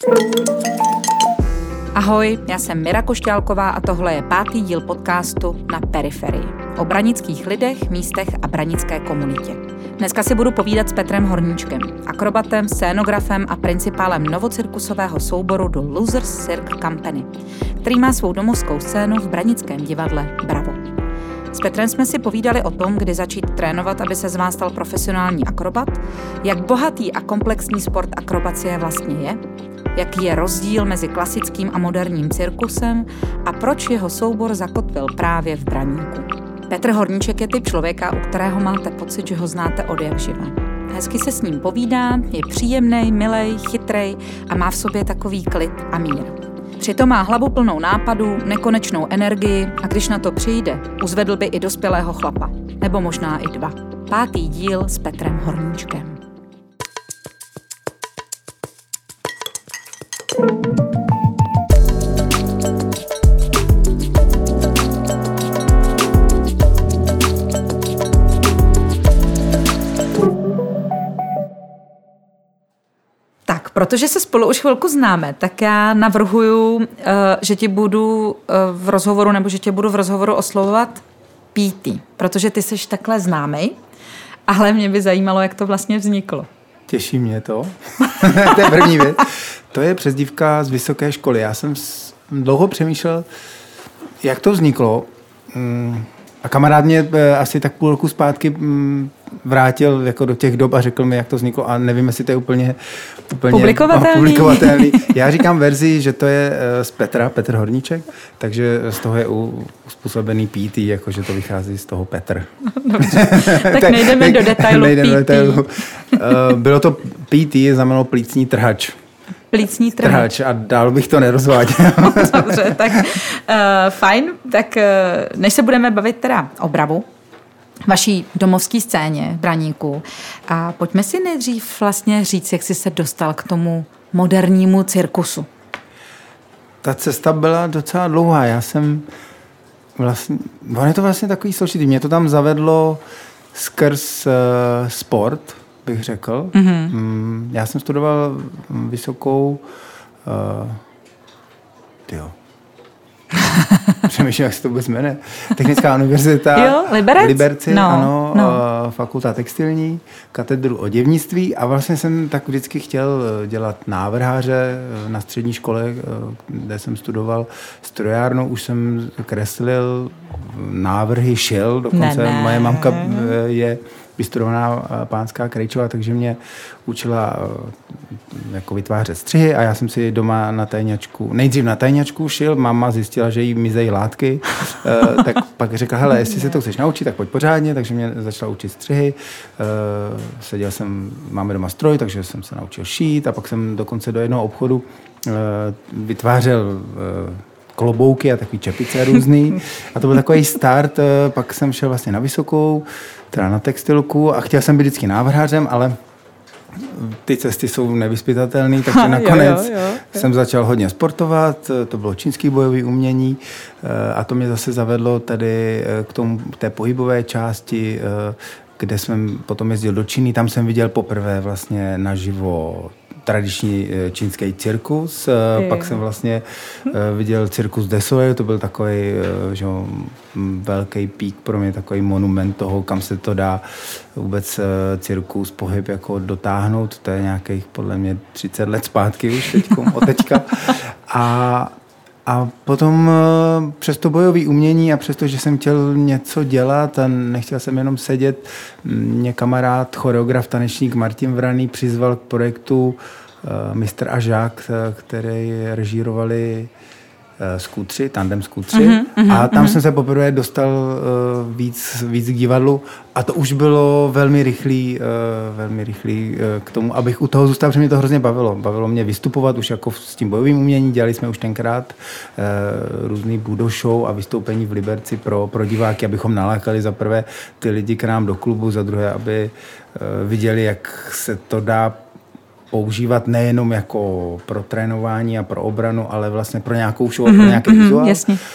Ahoj, já jsem Mira Košťálková a tohle je 5. díl podcastu Na periferii. O branických lidech, místech a branické komunitě. Dneska si budu povídat s Petrem Horníčkem, akrobatem, scénografem a principálem novocirkusového souboru The Losers Cirque Company, který má svou domovskou scénu v branickém divadle Bravo. S Petrem jsme si povídali o tom, kdy začít trénovat, aby se z vás stal profesionální akrobat, jak bohatý a komplexní sport akrobacie vlastně je, jaký je rozdíl mezi klasickým a moderním cirkusem a proč jeho soubor zakotvil právě v Braníku. Petr Horníček je typ člověka, u kterého máte pocit, že ho znáte odjakživa. Hezky se s ním povídá, je příjemnej, milej, chytrej a má v sobě takový klid a mír. Přitom má hlavu plnou nápadů, nekonečnou energii a když na to přijde, uzvedl by i dospělého chlapa. Nebo možná i 2. 5. díl s Petrem Horníčkem. Protože se spolu už chvilku známe, tak já navrhuju, že ti budu v rozhovoru, nebo že tě budu v rozhovoru oslovovat Pítý, protože ty jsi takhle známej, ale mě by zajímalo, jak to vlastně vzniklo. Těší mě to. To je první věc. To je přezdívka z vysoké školy. Já jsem dlouho přemýšlel, jak to vzniklo. A kamarád mě asi tak půl roku zpátky vrátil jako do těch dob a řekl mi, jak to vzniklo a nevím, jestli to je úplně publikovatelný. Já říkám verzi, že to je z Petr Horníček, takže z toho je uspůsobený PT, jakože to vychází z toho Petr. Dobře, tak nejdeme do detailu PT. Bylo to PT, znamenalo plícní trhač. Plícní trhač. A dál bych to nerozváděl. Dobře, tak fajn. Tak než se budeme bavit teda o Bravu, vaší domovské scéně v Braníku, a pojďme si nejdřív vlastně říct, jak jsi se dostal k tomu modernímu cirkusu. Ta cesta byla docela dlouhá. Já jsem vlastně, on je to vlastně takový složitý. Mě to tam zavedlo skrz sport, bych řekl. Mm-hmm. Já jsem studoval vysokou přemýšlím, jak se to vůbec jmenuje. Technická univerzita. Jo, Liberci, ano. Fakulta textilní, katedru oděvnictví a vlastně jsem tak vždycky chtěl dělat návrháře na střední škole, kde jsem studoval strojárnu, už jsem kreslil návrhy, šil, dokonce moje mamka je vystudovaná pánská Krejčová, takže mě učila jako vytvářet střihy a já jsem si doma nejdřív na tajňačku šil, máma zjistila, že jí mizejí látky, tak pak řekla, hele, jestli se to chceš naučit, tak pojď pořádně, takže mě začala učit střihy, máme doma stroj, takže jsem se naučil šít a pak jsem dokonce do jednoho obchodu vytvářel klobouky a takový čepice různý. A to byl takový start, pak jsem šel vlastně na vysokou, teda na textilku a chtěl jsem být vždycky návrhářem, ale ty cesty jsou nevyzpytatelné, takže nakonec jsem začal hodně sportovat, to bylo čínský bojový umění a to mě zase zavedlo tady k té pohybové části, kde jsem potom jezdil do Číny, tam jsem viděl poprvé vlastně naživo tradiční čínský cirkus. Pak jsem vlastně viděl cirkus de Soleil, to byl takový velký pík pro mě, takový monument toho, kam se to dá vůbec cirkus, pohyb jako dotáhnout. To je nějakých podle mě 30 let zpátky už od teďka. A potom přes to bojové umění a přesto, že jsem chtěl něco dělat a nechtěl jsem jenom sedět, mě kamarád, choreograf, tanečník Martin Vraný přizval k projektu Mistr a žák, který režírovali skútři, tandem skútři. A tam jsem se poprvé dostal víc k divadlu a to už bylo velmi rychlý k tomu, abych u toho zůstal, protože mě to hrozně bavilo. Bavilo mě vystupovat už jako s tím bojovým uměním. Dělali jsme už tenkrát různý budo show a vystoupení v Liberci pro diváky, abychom nalákali za prvé ty lidi k nám do klubu, za druhé, aby viděli, jak se to dá používat nejenom jako pro trénování a pro obranu, ale vlastně pro nějakou show, pro nějaký vizuál. Jasně.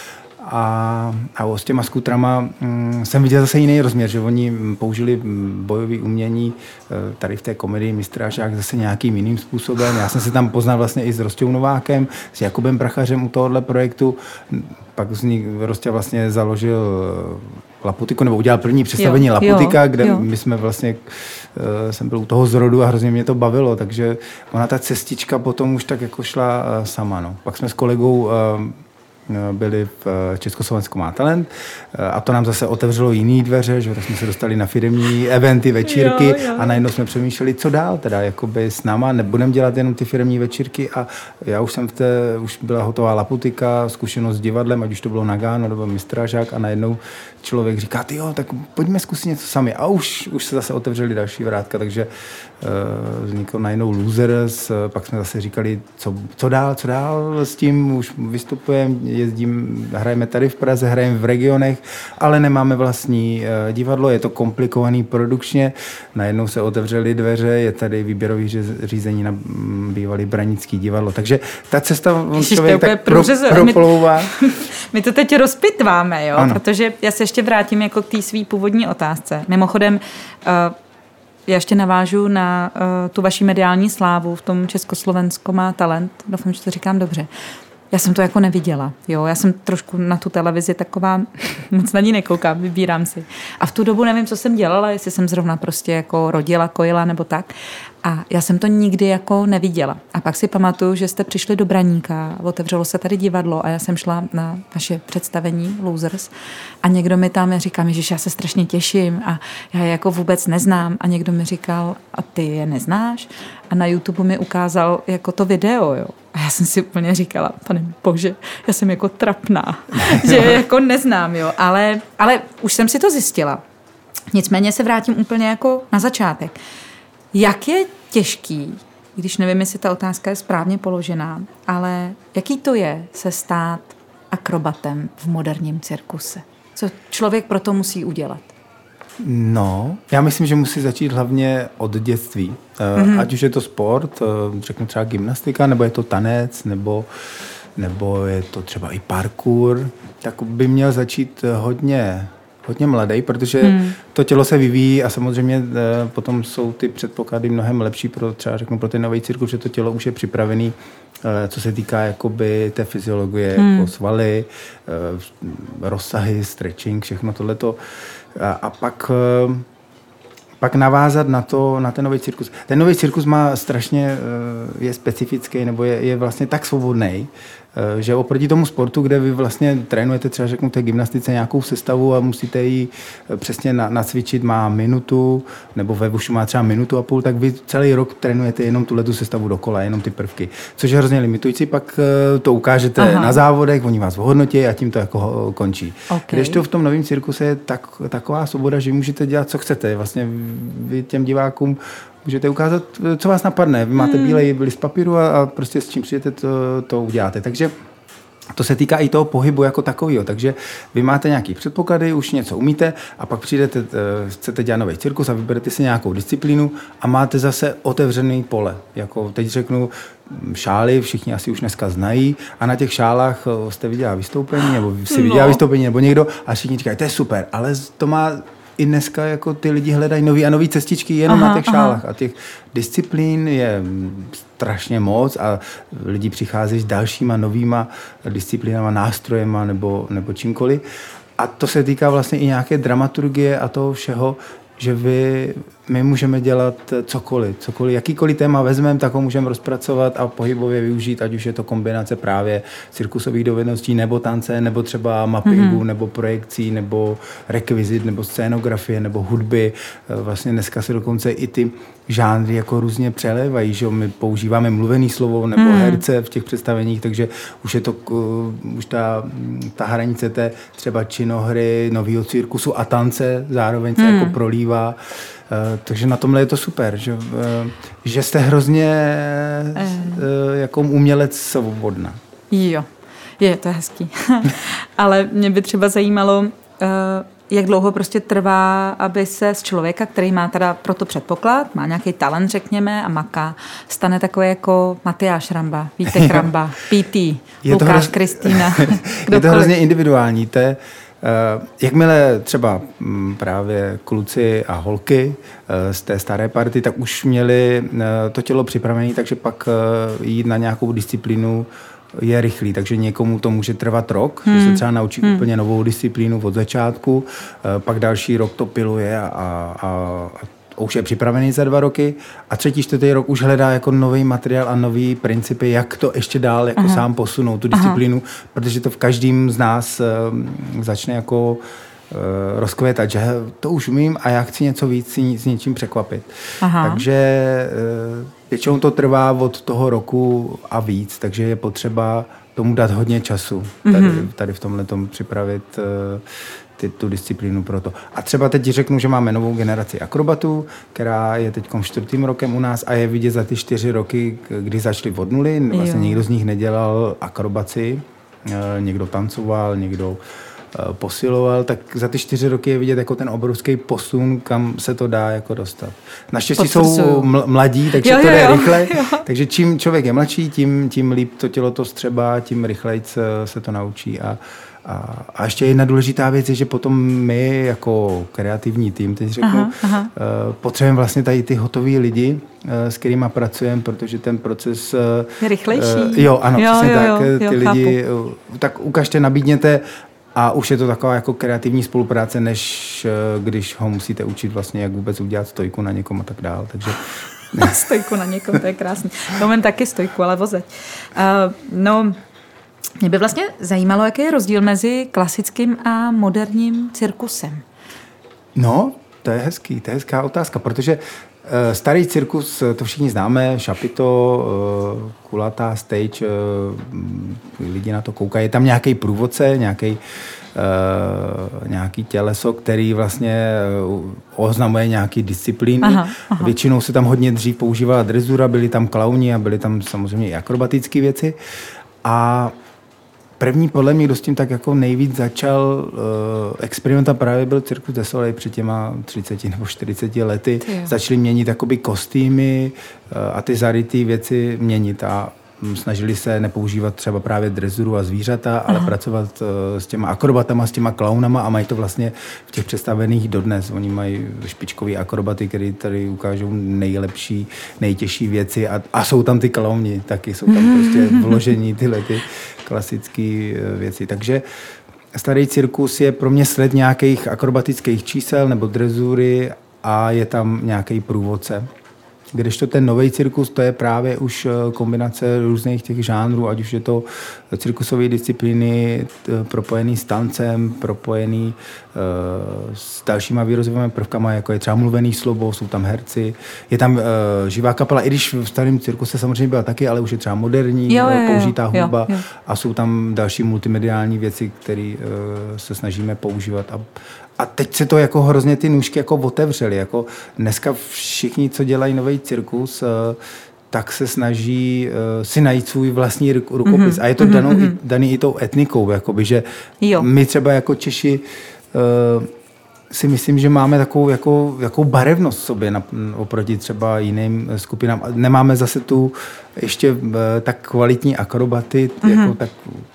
A s těma skutrama jsem viděl zase jiný rozměr, že oni použili bojové umění tady v té komedii Mistrážák zase nějakým jiným způsobem. Já jsem se tam poznal vlastně i s Rostou Novákem, s Jakubem Prachařem u tohohle projektu. Pak Rostě vlastně založil Laputiku, nebo udělal první představení Laputika, kde my jsme vlastně, jsem byl u toho zrodu a hrozně mě to bavilo, takže ona ta cestička potom už tak jako šla sama. No. Pak jsme s kolegou byli v Československo má talent a to nám zase otevřelo jiný dveře, že jsme se dostali na firemní eventy, večírky a najednou jsme přemýšleli, co dál teda, jakoby s náma, nebudeme dělat jenom ty firemní večírky a já už jsem už byla hotová Laputika, zkušenost s divadlem, ať už to bylo Nagano nebo Mistrážák a najednou člověk říká, tyjo, tak pojďme zkusit něco sami a už se zase otevřeli další vrátka, takže vznikl najednou Losers, pak jsme zase říkali, co dál s tím, už vystupujeme, hrajeme tady v Praze, hrajeme v regionech, ale nemáme vlastní divadlo, je to komplikovaný produkčně, najednou se otevřely dveře, je tady výběrový řízení na bývalý Branický divadlo, takže ta cesta člověk tak proplouvá. My to teď rozpitváme, jo? Protože já se ještě vrátím jako k té svý původní otázce. Mimochodem, já ještě navážu na tu vaši mediální slávu v tom Československo má talent. Doufám, že to říkám dobře. Já jsem to jako neviděla. Jo? Já jsem trošku na tu televizi taková, moc na ní nekoukám, vybírám si. A v tu dobu nevím, co jsem dělala, jestli jsem zrovna prostě jako rodila, kojila nebo tak. A já jsem to nikdy jako neviděla. A pak si pamatuju, že jste přišli do Braníka, otevřelo se tady divadlo a já jsem šla na vaše představení Losers a někdo mi tam říká, že já se strašně těším a já je jako vůbec neznám a někdo mi říkal, a ty je neznáš? A na YouTube mi ukázal jako to video, jo. A já jsem si úplně říkala, pane bože, já jsem jako trapná, že je jako neznám, jo. Ale už jsem si to zjistila. Nicméně se vrátím úplně jako na začátek. Jak je těžký, když nevím, jestli ta otázka je správně položená, ale jaký to je se stát akrobatem v moderním cirkuse? Co člověk pro to musí udělat? No, já myslím, že musí začít hlavně od dětství. Ať už je to sport, řeknu třeba gymnastika, nebo je to tanec, nebo je to třeba i parkour, tak by měl začít hodně mladý, protože to tělo se vyvíjí a samozřejmě potom jsou ty předpoklady mnohem lepší pro ten nový cirkus, že to tělo už je připravený, co se týká jakoby té fyziologie, jako svaly, rozsahy, stretching, všechno tohleto. A pak navázat na ten nový cirkus. Ten nový cirkus má strašně, je specifický, nebo je vlastně tak svobodný, že oproti tomu sportu, kde vy vlastně trénujete třeba řeknu té gymnastice nějakou sestavu a musíte ji přesně nacvičit, má minutu, nebo ve vušu má třeba minutu a půl, tak vy celý rok trénujete jenom tuhletu sestavu dokola, jenom ty prvky. Což je hrozně limitující, pak to ukážete na závodech, oni vás ohodnotí a tím to jako končí. Okay. Když to v tom novém cirkuse je taková svoboda, že můžete dělat, co chcete. Vlastně vy těm divákům můžete ukázat, co vás napadne. Vy máte bílej list papíru a prostě s čím přijete, to uděláte. Takže to se týká i toho pohybu jako takového. Takže vy máte nějaký předpoklady, už něco umíte a pak přijdete, chcete dělat nový cirkus a vyberete si nějakou disciplínu a máte zase otevřený pole. Jako teď řeknu šály, všichni asi už dneska znají a na těch šálách jste viděla vystoupení, nebo si viděla vystoupení, nebo někdo a všichni říkají, to je super, ale to má i dneska jako ty lidi hledají nový cestičky jenom na těch šálách a těch disciplín je strašně moc a lidi přichází s dalšíma novýma disciplínama, nástrojema nebo čímkoliv. A to se týká vlastně i nějaké dramaturgie a toho všeho, že my můžeme dělat cokoliv, jakýkoliv téma vezmeme, tak ho můžeme rozpracovat a pohybově využít, ať už je to kombinace právě cirkusových dovedností, nebo tance, nebo třeba mappingu, nebo projekcí, nebo rekvizit, nebo scénografie, nebo hudby. Vlastně dneska se dokonce i ty žánry jako různě přelévají, že my používáme mluvený slovo nebo herce v těch představeních, takže už je to už ta hranice té třeba činohry, novýho cirkusu a tance zároveň se jako prolívá. Takže na tomhle je to super, že jste hrozně jako umělec svobodná. Jo, to je hezký. Ale mě by třeba zajímalo, jak dlouho prostě trvá, aby se z člověka, který má teda proto předpoklad, má nějaký talent, řekněme, a maká, stane takový jako Matyáš Ramba, Vítek Ramba, PT, Lukáš Kristýna. Je to hrozně individuální. Jakmile třeba právě kluci a holky z té staré party, tak už měli to tělo připravené, takže pak jít na nějakou disciplínu je rychlý, takže někomu to může trvat rok, že se třeba naučí úplně novou disciplínu od začátku, pak další rok to piluje a už je připravený za 2 roky a 3., 4. rok už hledá jako nový materiál a nový principy, jak to ještě dál jako sám posunout, tu disciplínu, protože to v každém z nás začne jako rozkvětat, že to už umím a já chci něco víc, s něčím překvapit. Takže většinou to trvá od toho roku a víc, takže je potřeba tomu dát hodně času. Tady v tomhletom připravit tu disciplínu pro to. A třeba teď řeknu, že máme novou generaci akrobatů, která je teď 4. rokem u nás a je vidět za ty 4 roky, kdy začali od nuly. Vlastně nikdo z nich nedělal akrobaci, někdo tancoval, někdo posiloval, tak za ty 4 roky je vidět jako ten obrovský posun, kam se to dá jako dostat. Naštěstí jsou mladí, takže to jde rychle. Takže čím člověk je mladší, tím líp to tělo to střebá, tím rychleji se to naučí. A ještě jedna důležitá věc je, že potom my jako kreativní tým, teď řeknu, potřebujeme vlastně tady ty hotový lidi, s kterými pracujeme, protože ten proces je rychlejší. Přesně tak. Ty lidi, tak ukažte, nabídněte a už je to taková jako kreativní spolupráce, než když ho musíte učit vlastně, jak vůbec udělat stojku na někom a tak dál. Takže stojku na někom, to je krásný. Mám taky stojku, ale vozeď. Mě by vlastně zajímalo, jaký je rozdíl mezi klasickým a moderním cirkusem. No, to je hezká otázka, protože starý cirkus, to všichni známe, šapito, kulatá stage, lidi na to koukají, je tam nějaký průvodce, nějaký těleso, který vlastně oznamuje nějaký disciplíny. Většinou se tam hodně dřív používala drezura, byli tam klauni a byly tam samozřejmě i akrobatické věci. A první podle mě, kdo s tím tak jako nejvíc začal experimentovat, právě byl Cirque du Soleil před těma 30 nebo 40 lety. Začali měnit jakoby kostýmy a ty zarytý věci měnit a snažili se nepoužívat třeba právě drezuru a zvířata, ale pracovat s těma akrobatama, s těma klaunama a mají to vlastně v těch představených dodnes. Oni mají špičkový akrobaty, který tady ukážou nejlepší, nejtěžší věci a jsou tam ty klauni, taky jsou tam prostě vložení tyhle ty klasické věci. Takže starý cirkus je pro mě sled nějakých akrobatických čísel nebo drezury a je tam nějaký průvodce. Kdežto ten nový cirkus, to je právě už kombinace různých těch žánrů, ať už je to cirkusové disciplíny propojený s tancem, propojený s dalšíma výrozovými prvkama, jako je třeba mluvený slovo, jsou tam herci, je tam živá kapela, i když v starém cirkuse samozřejmě byla taky, ale už je třeba moderní, použitá hudba a jsou tam další multimediální věci, které se snažíme používat. A teď se to jako hrozně ty nůžky jako otevřely. Jako dneska všichni, co dělají nový cirkus, tak se snaží si najít svůj vlastní rukopis. A je to daný i tou etnikou. Jakoby, že my třeba jako Češi si myslím, že máme takovou jakou barevnost v sobě oproti třeba jiným skupinám. Nemáme zase tu ještě tak kvalitní akrobaty, jako tak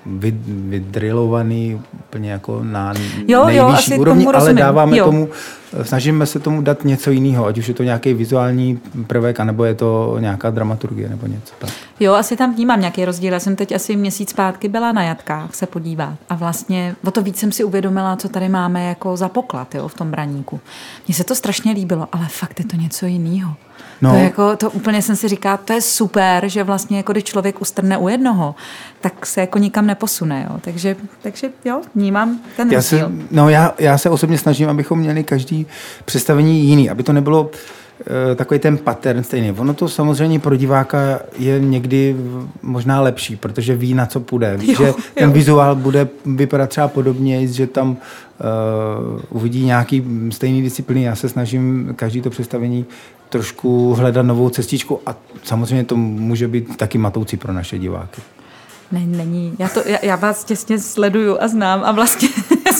vydrilovaný úplně jako na nejvyšší úrovni, ale dáváme tomu, snažíme se tomu dát něco jiného, ať už je to nějaký vizuální prvek, anebo je to nějaká dramaturgie nebo něco tak. Jo, asi tam vnímám nějaký rozdíl. Já jsem teď asi měsíc zpátky byla na Jatkách se podívat a vlastně o to víc jsem si uvědomila, co tady máme jako za poklad, v tom Braníku. Mně se to strašně líbilo, ale fakt je to něco jiného. No. To úplně jsem si říká, to je super, že vlastně jako když člověk ustrne u jednoho, tak se jako nikam neposune. Jo. Takže jo, vnímám ten rozdíl. Já se osobně snažím, abychom měli každý představení jiný, aby to nebylo takový ten pattern stejný. Ono to samozřejmě pro diváka je někdy možná lepší, protože ví, na co půjde. Že ten vizuál bude vypadat třeba podobně, že tam uvidí nějaký stejný disciplíny. Já se snažím každý to představení trošku hledat novou cestičku a samozřejmě to může být taky matoucí pro naše diváky. Není. Já vás těsně sleduju a znám a vlastně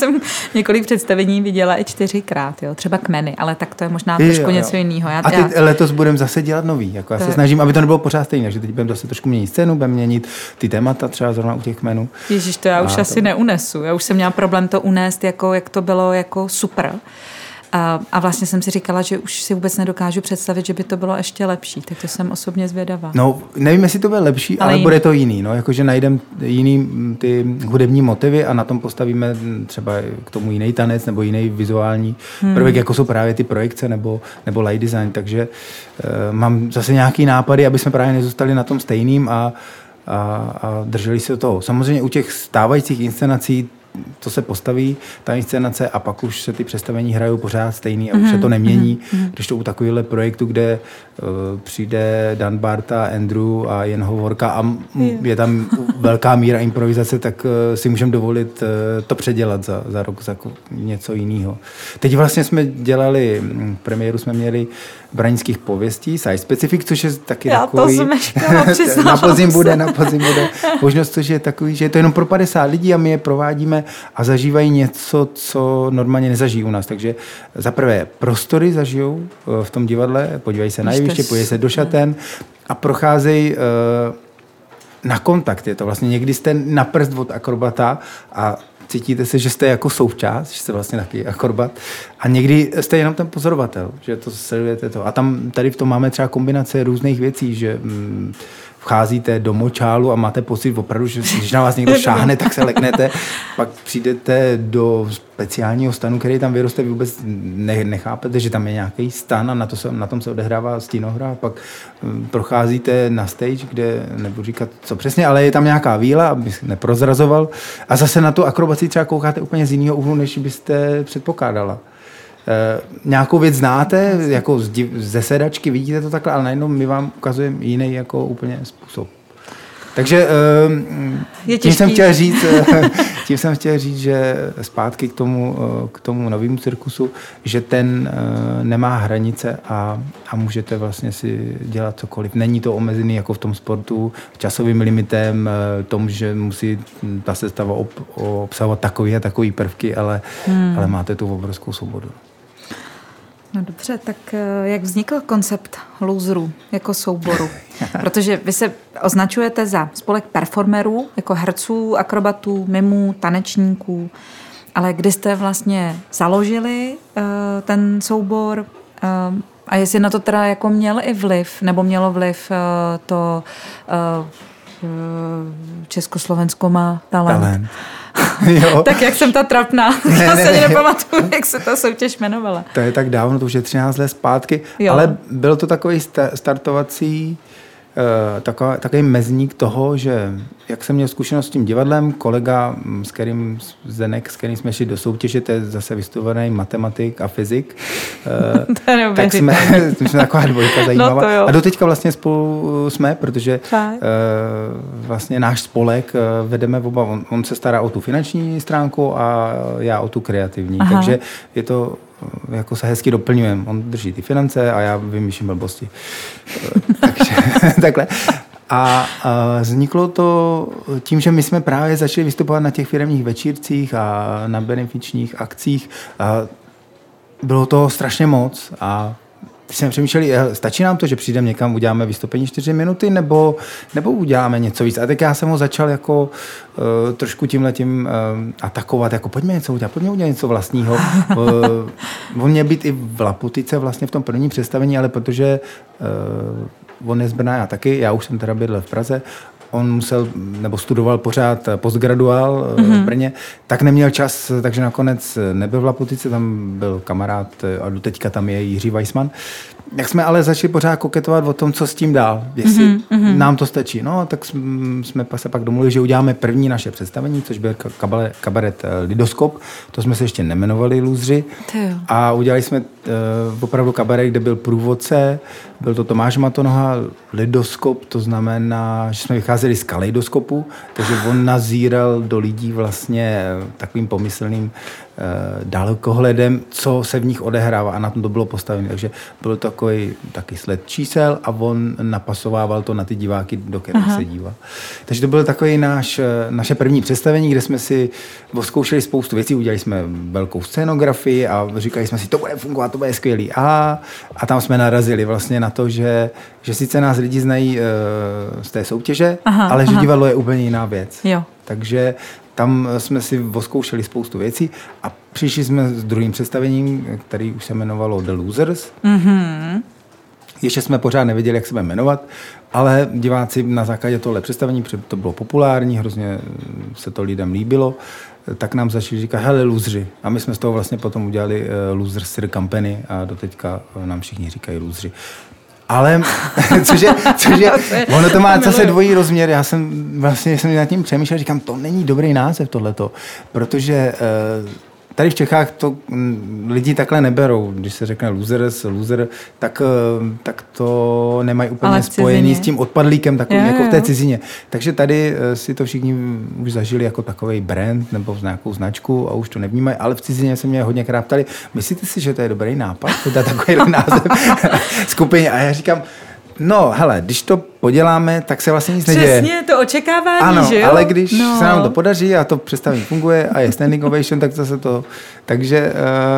jsem několik představení viděla i 4krát, jo. Třeba Kmeny, ale tak to je možná trošku něco jiného. A teď letos budeme zase dělat nový. Jako já se snažím, aby to nebylo pořád stejné, že teď budeme zase trošku měnit scénu, budeme měnit ty témata třeba zrovna u těch Kmenů. Ježiš, to já už asi neunesu. Já už jsem měla problém to unést, jako, jak to bylo jako super. A vlastně jsem si říkala, že už si vůbec nedokážu představit, že by to bylo ještě lepší. Tak to jsem osobně zvědavá. No, nevím, jestli to bude lepší, ale bude to jiný. No, jakože najdeme jiný ty hudební motivy a na tom postavíme třeba k tomu jiný tanec nebo jiný vizuální prvek, jako jsou právě ty projekce nebo light design. Takže mám zase nějaký nápady, aby jsme právě nezůstali na tom stejným a drželi se toho. Samozřejmě u těch stávajících inscenací to se postaví, ta inscenace, a pak už se ty představení hrajou pořád stejný a už se to nemění. Když to u takovýhle projektu, kde přijde Dan Barta, Andrew a Jen Hovorka a je tam velká míra improvizace, tak si můžeme dovolit to předělat za rok za něco jiného. Teď vlastně jsme dělali, premiéru jsme měli Branických pověstí, Site Specific, což je taky takový... Já to zmeškala, přiznám na podzim bude. Možnost, což je takový, že je to jenom pro 50 lidí a my je provádíme a zažívají něco, co normálně nezažijí u nás. Takže za prvé prostory zažijou v tom divadle, podívají se na jeviště, podívají se do šaten a procházejí na kontakt. Je to vlastně někdy jste na prst od akrobata a cítíte se, že jste jako součást, že jste vlastně taky akrobat a někdy jste jenom ten pozorovatel, že to sledujete to. A tady v tom máme třeba kombinace různých věcí, že vcházíte do močálu a máte pocit opravdu, že když na vás někdo šáhne, tak se leknete, pak přijdete do speciálního stanu, který tam vyroste, vy vůbec nechápete, že tam je nějaký stan a na tom se odehrává stínohra, pak procházíte na stage, kde nebudu říkat co přesně, ale je tam nějaká víla, aby neprozrazoval a zase na tu akrobaci třeba koukáte úplně z jiného úhlu, než byste předpokládala. Nějakou věc znáte, jako ze sedačky, vidíte to takhle, ale najednou my vám ukazujeme jiný jako úplně způsob. Takže tím jsem chtěl říct, že zpátky k tomu novému cirkusu, že ten nemá hranice a můžete vlastně si dělat cokoliv. Není to omezený jako v tom sportu časovým limitem, tomu, že musí ta sestava obsahovat takový a takový prvky, ale máte tu obrovskou svobodu. No dobře, tak jak vznikl koncept Loserů jako souboru? Protože vy se označujete za spolek performerů, jako herců, akrobatů, mimů, tanečníků, ale kdy jste vlastně založili ten soubor a jestli na to teda jako měl i vliv, nebo mělo vliv to Československo má talent. Tak jak jsem ta trapná. Já se nepamatuju, jak se ta soutěž jmenovala. To je tak dávno, to už je 13 let zpátky, ale byl to takový startovací takový mezník toho, že jak jsem měl zkušenost s tím divadlem, kolega, s kterým jsme šli do soutěže, to je zase vystudovaný matematik a fyzik, tak jsme taková dvojka zajímavá. No a doteďka vlastně spolu jsme, protože vlastně náš spolek vedeme oba. On se stará o tu finanční stránku a já o tu kreativní. Aha. Takže je to jako se hezky doplňujeme. On drží ty finance a já vymýšlím blbosti. Takže takhle. A vzniklo to tím, že my jsme právě začali vystupovat na těch firemních večírcích a na benefičních akcích. Bylo to strašně moc a když jsme přemýšleli, stačí nám to, že přijdeme někam, uděláme vystoupení 4 minuty, nebo uděláme něco víc. A tak já jsem ho začal jako trošku tímhletím atakovat, jako pojďme udělat něco vlastního. On měl být i v Laputice vlastně v tom prvním představení, ale protože on je z Brna, já taky, já už jsem teda bydlel v Praze, on musel, nebo studoval pořád postgraduál v Brně, tak neměl čas, takže nakonec nebyl v Laputice, tam byl kamarád a doteďka tam je Jiří Weissman. Jak jsme ale začali pořád koketovat o tom, co s tím dál, jestli nám to stačí. No, tak jsme se pak domluvili, že uděláme první naše představení, což byl kabaret Lidoskop, to jsme se ještě nemenovali Lůzři. A udělali jsme opravdu kabaret, kde byl průvodce, Byl to Tomáš Matonoha, lidoskop, to znamená, že jsme vycházeli z kaleidoskopu, takže on nazíral do lidí vlastně takovým pomyslným dalekohledem, co se v nich odehrává a na tom to bylo postavené. Takže byl to taky sled čísel a on napasovával to na ty diváky, do kterých se díval. Takže to byl takový naše první představení, kde jsme si zkoušeli spoustu věcí, udělali jsme velkou scénografii a říkali jsme si, to bude fungovat, to bude skvělý. A tam jsme narazili vlastně na to, že sice nás lidi znají z té soutěže, ale že divadlo je úplně jiná věc. Jo. Takže tam jsme si zkoušeli spoustu věcí a přišli jsme s druhým představením, který už se jmenovalo The Losers. Mm-hmm. Ještě jsme pořád nevěděli, jak se bude jmenovat, ale diváci na základě tohle představení, protože to bylo populární, hrozně se to lidem líbilo, tak nám začali říkat, hele, lůzři. A my jsme z toho vlastně potom udělali Losers Theatre Company a doteďka nám všichni říkají lůzři. Ale, což je, ono to má zase dvojí rozměr. Já jsem nad tím přemýšlel, říkám, to není dobrý název tohleto, protože tady v Čechách to lidi takhle neberou. Když se řekne loser, tak to nemají úplně spojený s tím odpadlíkem, takovým jako v té cizině. Takže tady si to všichni už zažili jako takovej brand nebo nějakou značku a už to nevnímají, ale v cizině se mě hodněkrát ptali, myslíte si, že to je dobrý nápad? To dá takový název skupině. A já říkám, no, hele, když to poděláme, tak se vlastně nic neděje. Přesně, to očekávání, ano, že jo? Ale když se nám to podaří a to představení funguje a je standing ovation, tak zase to... Takže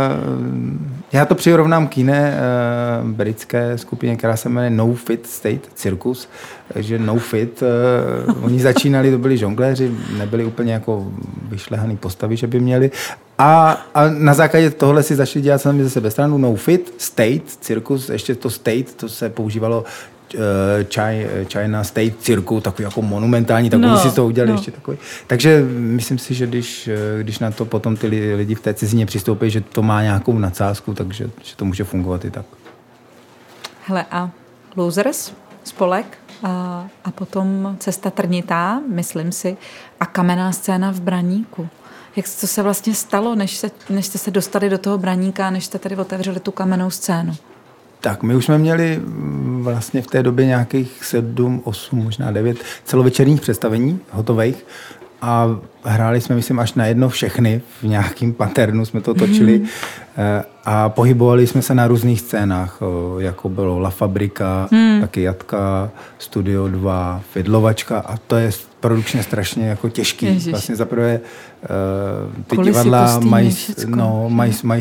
já to přirovnám k jiné britské skupině, která se jmenuje No Fit State Circus, že No Fit, oni začínali, to byli žongléři, nebyli úplně jako vyšlehaný postavy, že by měli. A na základě tohle si začali dělat sami ze sebe stranu No Fit State Circus, ještě to State, to se používalo China State Circus, takový jako monumentální, tak oni si to udělali ještě takový. Takže myslím si, že když na to potom ty lidi v té cizině přistoupí, že to má nějakou nadsázku, takže že to může fungovat i tak. Hele, a Losers, spolek, a potom Cesta trnitá, myslím si, a Kamenná scéna v Braníku. Jak to se vlastně stalo, než jste se dostali do toho Braníka, než jste tady otevřeli tu Kamennou scénu? Tak my už jsme měli vlastně v té době nějakých 7, 8, možná 9 celovečerních představení hotových a hráli jsme, myslím, až na jedno všechny. V nějakým paternu jsme to točili a pohybovali jsme se na různých scénách, jako bylo La Fabrika, taky Jatka, Studio 2, Fidlovačka a to je produkčně strašně jako těžký. Ježiš. Vlastně zaprvé ty divadla mají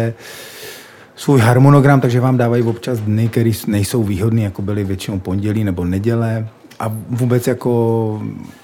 svůj harmonogram, takže vám dávají občas dny, které nejsou výhodné, jako byly většinou pondělí nebo neděle. A vůbec jako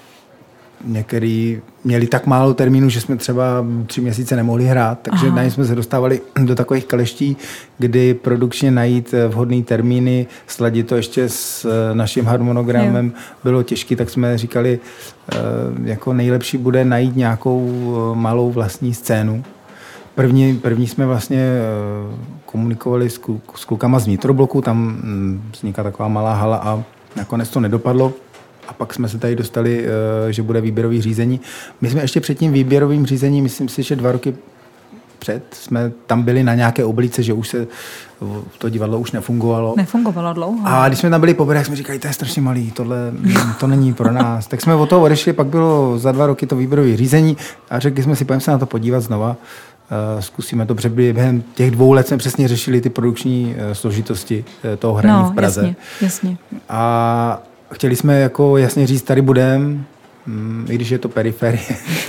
některý měli tak málo termínů, že jsme třeba 3 měsíce nemohli hrát, takže na ně jsme se dostávali do takových kaleští, kdy produkčně najít vhodný termíny, sladit to ještě s naším harmonogramem bylo těžké, tak jsme říkali, jako nejlepší bude najít nějakou malou vlastní scénu. První jsme vlastně komunikovali s klukama z vnitrobloku, tam vznikla taková malá hala a nakonec to nedopadlo. A pak jsme se tady dostali, že bude výběrový řízení. My jsme ještě před tím výběrovým řízením, myslím si, že 2 roky před, jsme tam byli na nějaké oblíce, že už se to divadlo už nefungovalo. Nefungovalo dlouho. A když jsme tam byli poprvé, jsme říkali, to je strašně malý, tohle to není pro nás. Tak jsme od toho odešli, pak bylo za 2 roky to výběrové řízení a řekli jsme si, pojďme se na to podívat znova. Zkusíme to, protože během těch 2 let jsme přesně řešili ty produkční složitosti toho hraní v Praze. Jasně. A chtěli jsme jako jasně říct, tady budem, i když je to periferie.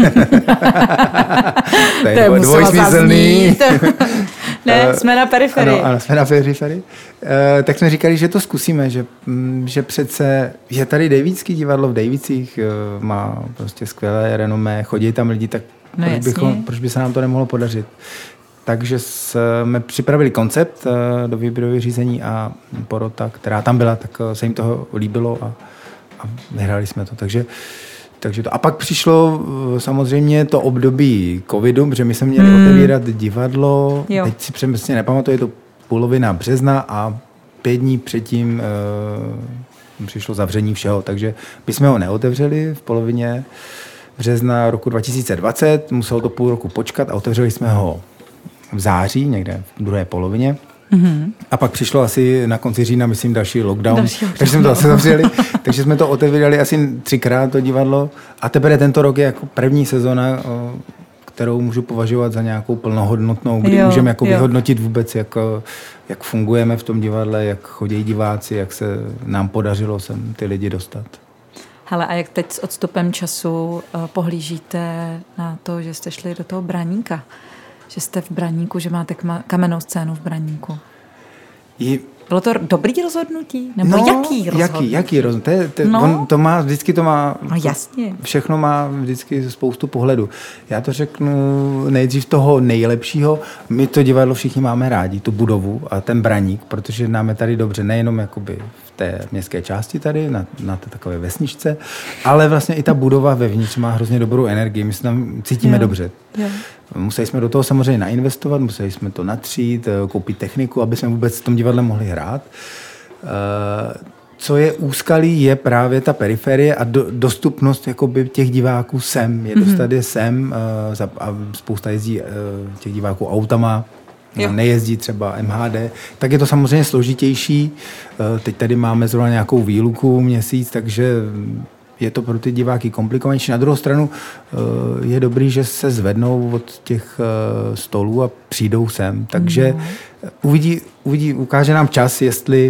To je dvojsmyslný. Ne, jsme na periferii. Ano, jsme na periferii. Tak jsme říkali, že to zkusíme, že přece je tady Davidský divadlo v Davicích, má prostě skvělé renomé, chodí tam lidi, tak proč by se nám to nemohlo podařit? Takže jsme připravili koncept do výběrového řízení a porota, která tam byla, tak se jim toho líbilo a vyhráli jsme to. Takže to. A pak přišlo samozřejmě to období covidu, protože my jsme měli otevírat divadlo, teď si přesně nepamatuju, je to polovina března a 5 dní předtím přišlo zavření všeho, takže my jsme ho neotevřeli v polovině března roku 2020, muselo to půl roku počkat a otevřeli jsme ho v září, někde v druhé polovině. A pak přišlo asi na konci října, myslím, další lockdown. Takže jsme to asi zavřeli. Takže jsme to otevřeli asi 3krát to divadlo. A teprve tento rok je jako první sezona, kterou můžu považovat za nějakou plnohodnotnou, kdy můžeme jako vyhodnotit vůbec, jak fungujeme v tom divadle, jak chodí diváci, jak se nám podařilo sem ty lidi dostat. Hele, a jak teď s odstupem času pohlížíte na to, že jste šli do toho Braníka? Že jste v Braníku, že máte kamennou scénu v Braníku? Bylo to dobrý rozhodnutí? Nebo jaký rozhodnutí? Jaký rozhodnutí? To má, vždycky to má... No jasně. Všechno má vždycky spoustu pohledů. Já to řeknu nejdřív toho nejlepšího. My to divadlo všichni máme rádi, tu budovu a ten Braník, protože nám je tady dobře, nejenom jakoby v té městské části tady, na té takové vesničce, ale vlastně i ta budova vevnitř má hrozně dobrou energii. My se tam cítíme dobře. Jo. Museli jsme do toho samozřejmě nainvestovat, museli jsme to natřít, koupit techniku, aby jsme vůbec v tom divadle mohli hrát. Co je úskalí, je právě ta periferie a dostupnost jakoby těch diváků sem. Je dostat je sem a spousta jezdí těch diváků autama, nejezdí třeba MHD, tak je to samozřejmě složitější. Teď tady máme zrovna nějakou výluku měsíc, takže je to pro ty diváky komplikovanější. Na druhou stranu je dobrý, že se zvednou od těch stolů a přijdou sem. Takže ukáže nám čas, jestli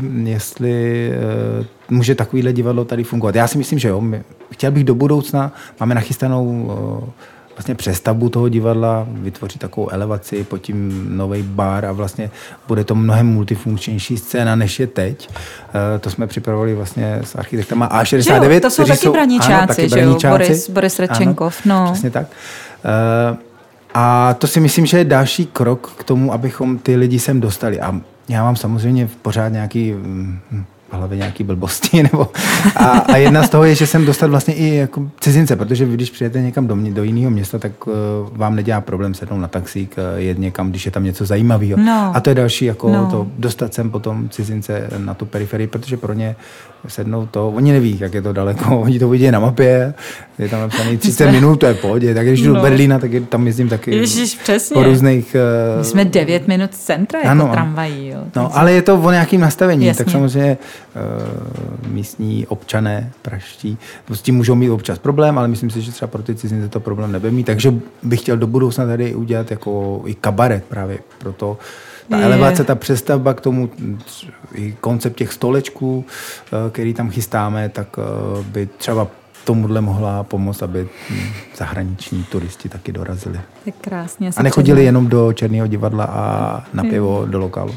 může takovýhle divadlo tady fungovat. Já si myslím, že jo. Chtěl bych do budoucna, máme nachystanou vlastně přestavbu toho divadla, vytvořit takovou elevaci, pod tím nový bar a vlastně bude to mnohem multifunkčnější scéna, než je teď. To jsme připravovali vlastně s architektama A69. Jo, to jsou taky Braníčáci, že jo? Boris Rečenkov. Ano, přesně tak. A to si myslím, že je další krok k tomu, abychom ty lidi sem dostali. A já mám samozřejmě pořád nějaký hlavě nějaký blbosti. A jedna z toho je, že jsem dostat vlastně i jako cizince, protože vy, když přijete někam do jiného města, tak vám nedělá problém sednout na taxík, jet někam, když je tam něco zajímavého. No. A to je další, to dostat sem potom cizince na tu periferii, protože pro ně sednout to, oni neví, jak je to daleko, oni to vidí na mapě, je tam napsaný 30 minut, to je v pohodě, tak když jdu do Berlína, tak tam jezdím taky po různých... My jsme 9 minut z centra, jako tramvají. Jo. No, ale je to o nějakým nastavení, jasně. Tak samozřejmě místní občané praští s tím můžou mít občas problém, ale myslím si, že třeba pro ty cizince to problém nebude mít, takže bych chtěl do budoucna tady udělat jako i kabaret právě proto. Ta elevace, ta přestavba k tomu, i koncept těch stolečků, který tam chystáme, tak by třeba tomuhle mohla pomoct, aby zahraniční turisti taky dorazili. Tak krásně. A nechodili jenom do Černého divadla a na pivo do lokálu.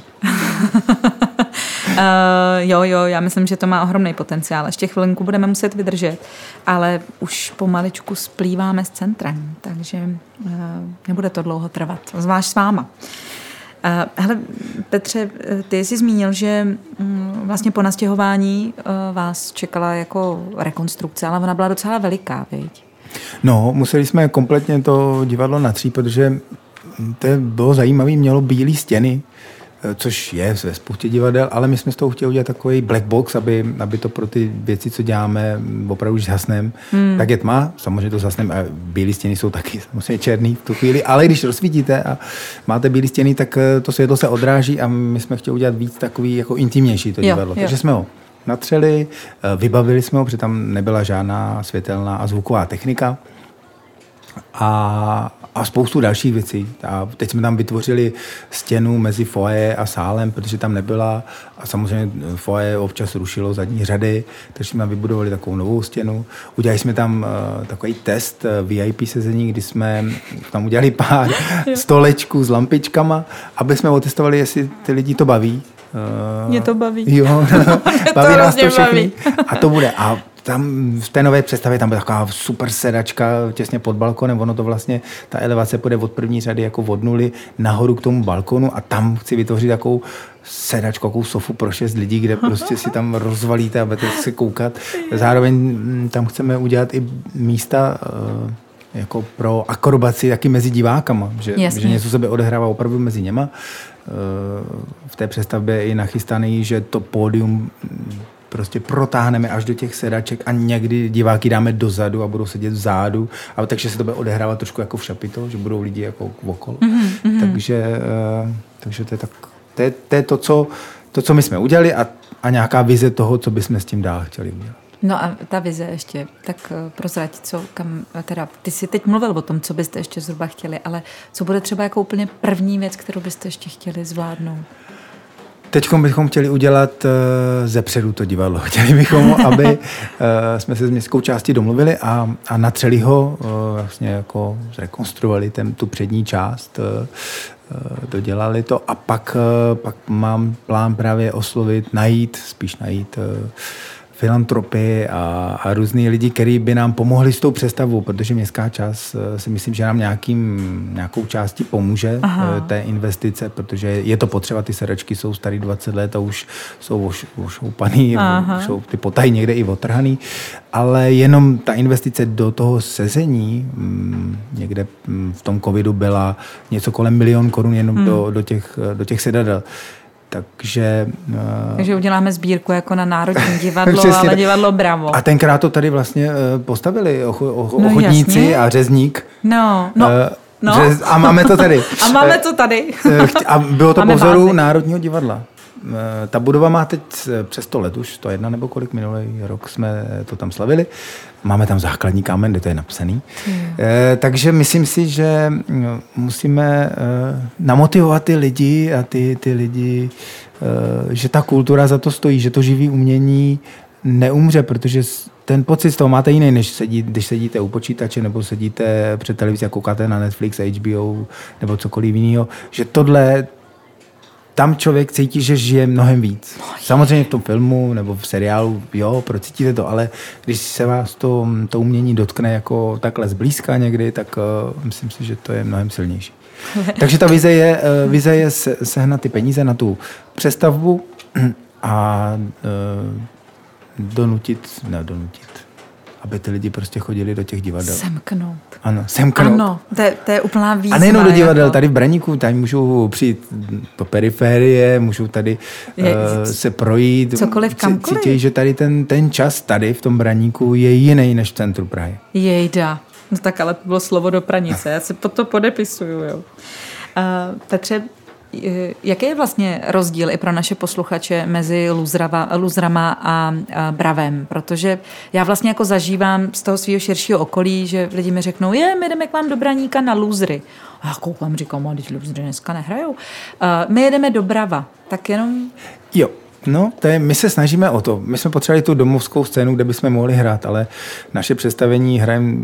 Jo, já myslím, že to má ohromný potenciál. Ještě chvilinku budeme muset vydržet, ale už pomaličku splýváme s centrem, takže nebude to dlouho trvat, zvlášť s váma. Hele, Petře, ty jsi zmínil, že vlastně po nastěhování vás čekala jako rekonstrukce, ale ona byla docela veliká, viď? No, museli jsme kompletně to divadlo natřít, protože to bylo zajímavé, mělo bílé stěny, což je ve spoustě divadel, ale my jsme z toho chtěli udělat takový black box, aby to pro ty věci, co děláme, opravdu zhasnem. Tak je tma, samozřejmě to zhasnem a bílé stěny jsou taky samozřejmě černý v tu chvíli, ale když rozsvítíte a máte bílé stěny, tak to světlo se odráží a my jsme chtěli udělat víc takový jako intimnější to divadlo. Takže jsme ho natřeli, vybavili jsme ho, protože tam nebyla žádná světelná a zvuková technika. A spoustu dalších věcí. A teď jsme tam vytvořili stěnu mezi foyer a sálem, protože tam nebyla. A samozřejmě foyer občas rušilo zadní řady, takže jsme tam vybudovali takovou novou stěnu. Udělali jsme tam takový test VIP sezení, kdy jsme tam udělali pár stolečků s lampičkama, aby jsme otestovali, jestli ty lidi to baví. Mě to baví. Jo, baví nás to všechny. A to bude. A tam v té nové představě tam byla taková super sedačka těsně pod balkonem. Ono to vlastně, ta elevace půjde od první řady jako od nuly nahoru k tomu balkonu a tam chci vytvořit takovou sedačku, takovou sofu pro 6 lidí, kde prostě si tam rozvalíte a budete se koukat. Zároveň tam chceme udělat i místa jako pro akrobaci taky mezi divákama, že něco se odehrává opravdu mezi něma. V té přestavbě je i nachystaný, že to pódium prostě protáhneme až do těch sedaček a někdy diváky dáme dozadu a budou sedět vzadu, ale takže se to bude odehrávat trošku jako v Šapito, že budou lidi jako okolo. Takže to je tak To je to, co my jsme udělali a nějaká vize toho, co bychom s tím dál chtěli udělat. No a ta vize ještě, tak prozrať, ty jsi teď mluvil o tom, co byste ještě zhruba chtěli, ale co bude třeba jako úplně první věc, kterou byste ještě chtěli zvládnout? Teď bychom chtěli udělat zepředu to divadlo. Chtěli bychom, aby jsme se s městskou částí domluvili a natřeli ho, vlastně jako zrekonstruovali tu přední část, dodělali to a pak mám plán právě najít filantropy a různý lidi, kteří by nám pomohli s tou přestavbou, protože městská část si myslím, že nám nějakou částí pomůže té investice, protože je to potřeba, ty sedačky jsou starý 20 let a už jsou ošoupaný, jsou ty potahy někde i otrhaný, ale jenom ta investice do toho sezení, někde v tom covidu byla něco kolem 1 000 000 korun jenom do těch sedadel. Takže uděláme sbírku jako na Národní divadlo, ale divadlo Bravo. A tenkrát to tady vlastně postavili ochotníci a řezník. No. A máme to tady. A bylo to po vzoru Národního divadla. Ta budova má teď přes 100 let už, 101 nebo kolik, minulý rok jsme to tam slavili. Máme tam základní kámen, kde to je napsaný. Takže myslím si, že musíme namotivovat ty lidi a ty lidi, že ta kultura za to stojí, že to živý umění neumře, protože ten pocit z toho máte jiný, než když sedíte u počítače nebo sedíte před televizí a koukáte na Netflix, HBO nebo cokoliv jiného, že tohle tam člověk cítí, že žije mnohem víc. Samozřejmě v tom filmu nebo v seriálu, jo, procítíte to, ale když se vás to umění dotkne jako takhle zblízka někdy, tak myslím si, že to je mnohem silnější. Takže ta vize je sehnat ty peníze na tu přestavbu a donutit, aby ty lidi prostě chodili do těch divadel. Semknout. Ano, semknout. Ano, to je úplná výzva. A nejenom do divadel, jako tady v Braníku, tady můžou přijít do periférie, můžou tady se projít. Cokoliv, kamkoliv. Cítějí, že tady ten čas tady v tom Braníku je jiný než v centru Prahy. Jejda. No tak ale to bylo slovo do pranice. Já se pod to podepisuju, jo. Petře, jaký je vlastně rozdíl i pro naše posluchače mezi lůzrama a Bravem? Protože já vlastně jako zažívám z toho svého širšího okolí, že lidi mi řeknou, my jdeme k vám do Braníka na lůzry. A já koukám, říkám, když lůzry dneska nehrajou. My jedeme do Brava, tak jenom... Jo. No, my se snažíme o to. My jsme potřebovali tu domovskou scénu, kde bychom mohli hrát, ale naše představení hrajeme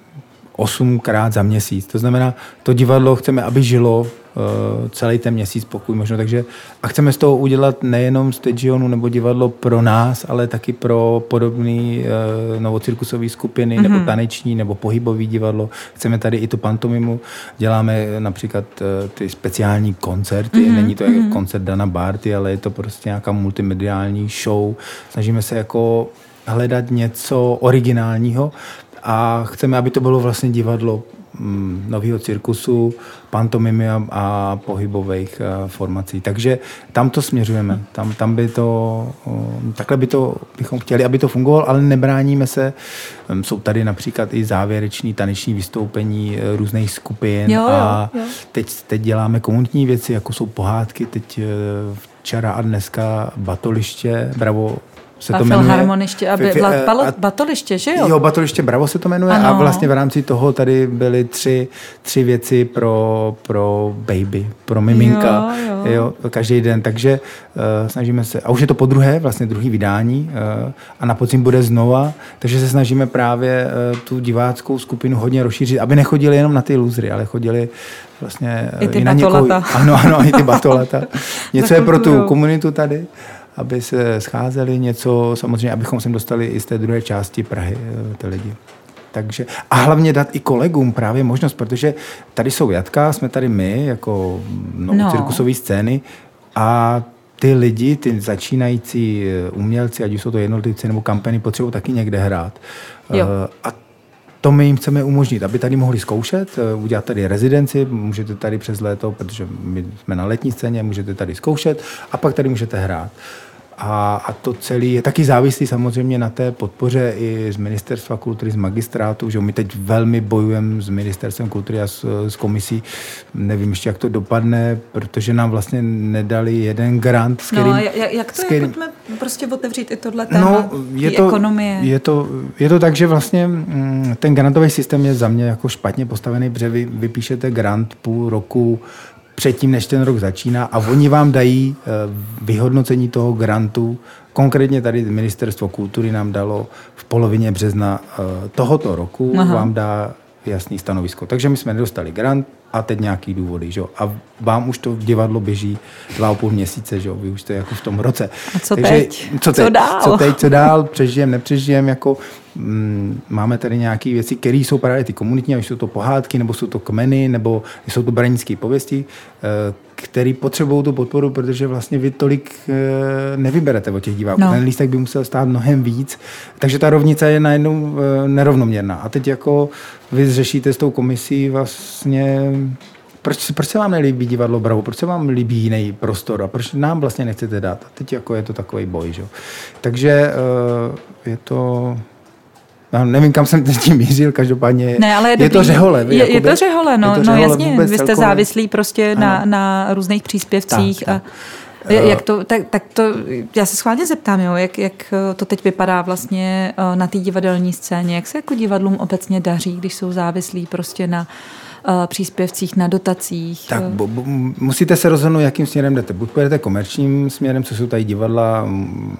8krát za měsíc. To znamená, to divadlo chceme, aby žilo celý ten měsíc, pokud možno. Takže a chceme z toho udělat nejenom stadionu nebo divadlo pro nás, ale taky pro podobné novocirkusové skupiny, nebo taneční, nebo pohybový divadlo. Chceme tady i tu pantomimu. Děláme například ty speciální koncerty. Není to jako koncert Dana Barty, ale je to prostě nějaká multimediální show. Snažíme se jako hledat něco originálního a chceme, aby to bylo vlastně divadlo nového cirkusu, pantomimy a pohybových formací. Takže tam to směřujeme. Tam by to, takhle bychom chtěli, aby to fungovalo, ale nebráníme se. Jsou tady například i závěrečný taneční vystoupení různých skupin a teď děláme komunitní věci, jako jsou pohádky. Teď včera a dneska Batoliště, Bravo se to jmenuje. Batoliště, že jo? Jo, Batoliště Bravo se to jmenuje. Ano. A vlastně v rámci toho tady byly tři věci pro baby, pro miminka, jo, každý den. Takže snažíme se, a už je to podruhé, vlastně druhý vydání a na podzim bude znova, takže se snažíme právě tu diváckou skupinu hodně rozšířit, aby nechodili jenom na ty lůzry, ale chodili vlastně i na někoho. Ano, i ty batolata. Něco je pro tu komunitu tady, aby se scházeli, něco, samozřejmě, abychom sem dostali i z té druhé části Prahy ty lidi. Takže, a hlavně dát i kolegům právě možnost, protože tady jsou jatka, jsme tady my, jako cirkusové scény a ty lidi, ty začínající umělci, ať už jsou to jednotlivci nebo kampany, potřebují taky někde hrát. A to my jim chceme umožnit, aby tady mohli zkoušet, udělat tady rezidenci, můžete tady přes léto, protože my jsme na letní scéně, můžete tady zkoušet a pak tady můžete hrát. A to celé je taky závislý samozřejmě na té podpoře i z Ministerstva kultury, z magistrátu, že my teď velmi bojujeme s Ministerstvem kultury a s komisí. Nevím ještě, jak to dopadne, protože nám vlastně nedali jeden grant, s kterým... No, jak to je? Pojďme prostě otevřít i tohle téma, ekonomie. Je to tak, že vlastně ten grantový systém je za mě jako špatně postavený, protože vy vypíšete grant půl roku předtím, než ten rok začíná a oni vám dají vyhodnocení toho grantu. Konkrétně tady Ministerstvo kultury nám dalo v polovině března tohoto roku, vám dá jasný stanovisko. Takže my jsme nedostali grant a teď nějaký důvody. Že? A vám už to divadlo běží 2,5 měsíce, že? Vy už jste jako v tom roce. A co teď? Co dál? Přežijem, nepřežijem? Jako, máme tady nějaké věci, které jsou právě ty komunitní, ať jsou to pohádky, nebo jsou to kmeny, nebo jsou to branické pověsti, který potřebují tu podporu, protože vlastně vy tolik nevyberete od těch diváků. No. Ten lístek by musel stát mnohem víc, takže ta rovnice je najednou nerovnoměrná. A teď jako vy řešíte s tou komisí vlastně, proč se vám nelíbí divadlo Bravo, proč se vám líbí jiný prostor a proč nám vlastně nechcete dát. A teď jako je to takový boj. Že? Takže je to... Já nevím, kam jsem teď tím mířil, každopádně je to řehole. Je to řehole, no jasně, vy jste závislí prostě na různých příspěvcích. Tak. Jak to, tak to, já se schválně zeptám, jo, jak to teď vypadá vlastně na té divadelní scéně, jak se jako divadlům obecně daří, když jsou závislí prostě na příspěvcích, na dotacích. Tak musíte se rozhodnout, jakým směrem jdete. Buď pojedete komerčním směrem, co jsou tady divadla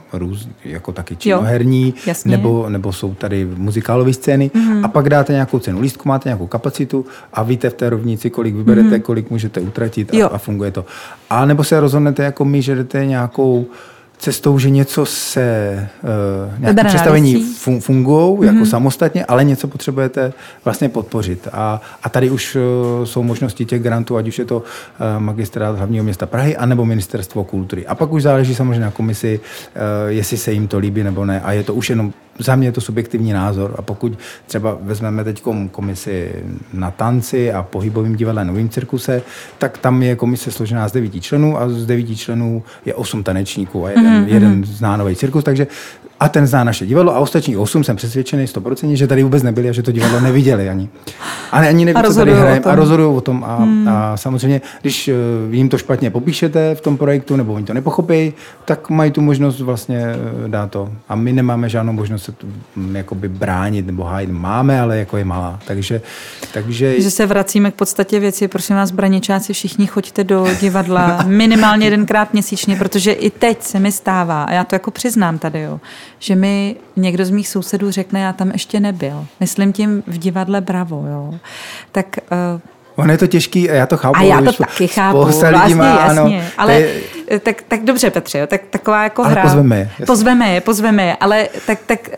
jako taky činoherní, nebo jsou tady muzikálové scény a pak dáte nějakou cenu lístku, máte nějakou kapacitu a víte v té rovnici, kolik vyberete, kolik můžete utratit a funguje to. A nebo se rozhodnete jako my, že jdete nějakou cestou, že něco se nějaké představení fungují jako samostatně, ale něco potřebujete vlastně podpořit. A tady už jsou možnosti těch grantů, ať už je to Magistrát hlavního města Prahy, anebo Ministerstvo kultury. A pak už záleží samozřejmě na komisi, jestli se jim to líbí nebo ne. A je to už jenom za mě je to subjektivní názor. A pokud třeba vezmeme teď komisi na tanci a pohybovým divadle Novým cirkuse, tak tam je komise složená z 9 členů a z 9 členů je 8 tanečníků a jeden zná Nový cirkus, takže a ten zná naše divadlo a ostatní 8 jsem přesvědčený 100%, že tady vůbec nebyli a že to divadlo neviděli ani. Ale ani neví, co tady hrajeme a rozhodují o tom. A samozřejmě, když jim to špatně popíšete v tom projektu nebo oni to nepochopí, tak mají tu možnost vlastně dát to. A my nemáme žádnou možnost se tu jakoby bránit nebo hájit. Máme, ale jako je malá. Takže že se vracíme k podstatě věci. Prosím vás, braničáci, všichni choďte do divadla minimálně 1krát měsíčně, protože i teď se mi stává, a já to jako přiznám tady, jo, že mi někdo z mých sousedů řekne, já tam ještě nebyl. Myslím tím v divadle Bravo, jo. Tak... Ono je to těžký a já to chápu. A já to taky chápu, vlastně jasně. Ale tak dobře, Petře, jo, tak taková jako hra. Ale pozveme je, ale tak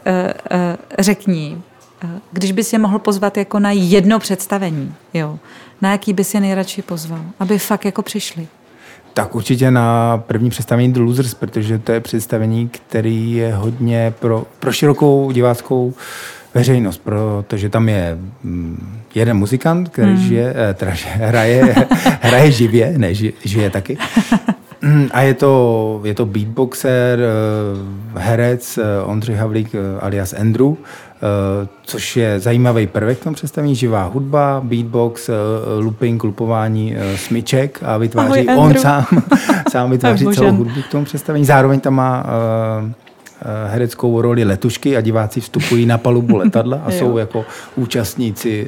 řekni, když bys je mohl pozvat jako na jedno představení, jo, na jaký bys je nejradši pozval, aby fakt jako přišli? Tak určitě na první představení The Losers, protože to je představení, který je hodně pro širokou diváckou veřejnost, protože tam je jeden muzikant, který hraje živě, ne žije taky. A je to beatboxer, herec Ondřej Havlík alias Andrew, což je zajímavý prvek v tom představení, živá hudba, beatbox, looping, lupování smyček a vytváří sám vytváří celou hudbu k tomu představení. Zároveň tam má hereckou roli letušky a diváci vstupují na palubu letadla a jsou jako účastníci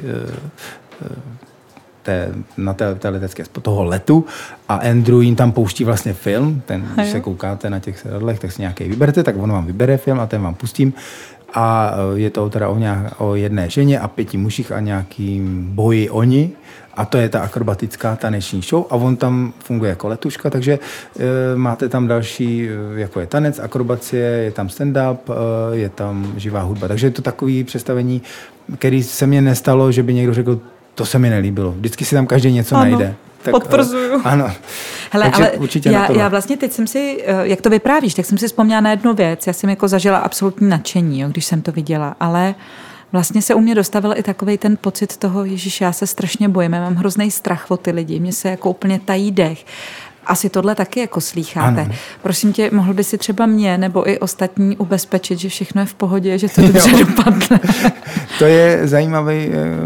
té letecké toho letu a Andrew jim tam pouští vlastně film, když se koukáte na těch sedadlech, tak si nějaký vyberte, tak on vám vybere film a ten vám pustím a je to teda o jedné ženě a 5 mužích a nějakým boji oni a to je ta akrobatická taneční show a on tam funguje jako letuška, takže máte tam další, jako je tanec, akrobacie, je tam stand-up, je tam živá hudba, takže je to takový představení, který se mně nestalo, že by někdo řekl, to se mi nelíbilo. Vždycky si tam každý něco najde. Tak, potvrzuju. Ano. Hele, takže ale já vlastně teď jsem si, jak to vyprávíš, tak jsem si vzpomněla na jednu věc. Já jsem jako zažila absolutní nadšení, jo, když jsem to viděla, ale vlastně se u mě dostavil i takovej ten pocit toho, Ježíš, já se strašně bojím, já mám hrozný strach o ty lidi, mně se jako úplně tají dech. asi tohle taky jako slýcháte. Ano. Prosím tě, mohl by si třeba mě nebo i ostatní ubezpečit, že všechno je v pohodě, že to dobře dopadne? To je zajímavý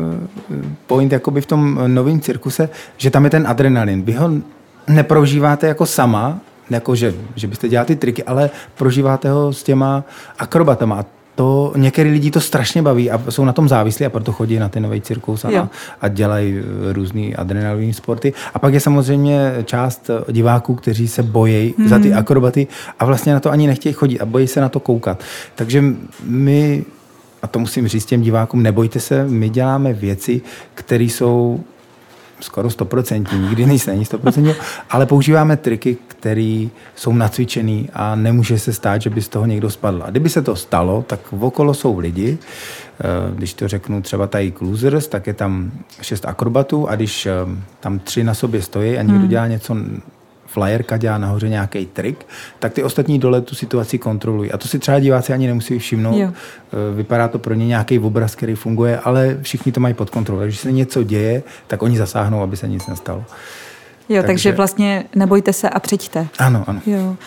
point jakoby v tom novém cirkuse, že tam je ten adrenalin. Vy ho neprožíváte jako sama, jako že byste dělali ty triky, ale prožíváte ho s těma akrobatama. To některý lidi to strašně baví a jsou na tom závislí a proto chodí na ten nový cirkus a dělají různý adrenalinové sporty. A pak je samozřejmě část diváků, kteří se bojí za ty akrobaty a vlastně na to ani nechtějí chodit a bojí se na to koukat. Takže my, a to musím říct těm divákům, nebojte se, my děláme věci, které jsou skoro 100%, nikdy není 100%, ale používáme triky, které jsou nacvičený a nemůže se stát, že by z toho někdo spadl. A kdyby se to stalo, tak okolo jsou lidi, když to řeknu třeba tady Cruisers, tak je tam 6 akrobatů a když tam 3 na sobě stojí a někdo dělá něco, flyerka dělá nahoře nějaký trik, tak ty ostatní dole tu situaci kontrolují. A to si třeba diváci ani nemusí všimnout. Jo. Vypadá to pro ně nějaký obraz, který funguje, ale všichni to mají pod kontrolou. Když se něco děje, tak oni zasáhnou, aby se nic nestalo. Jo, takže vlastně nebojte se a přijďte. Ano, ano. Jo.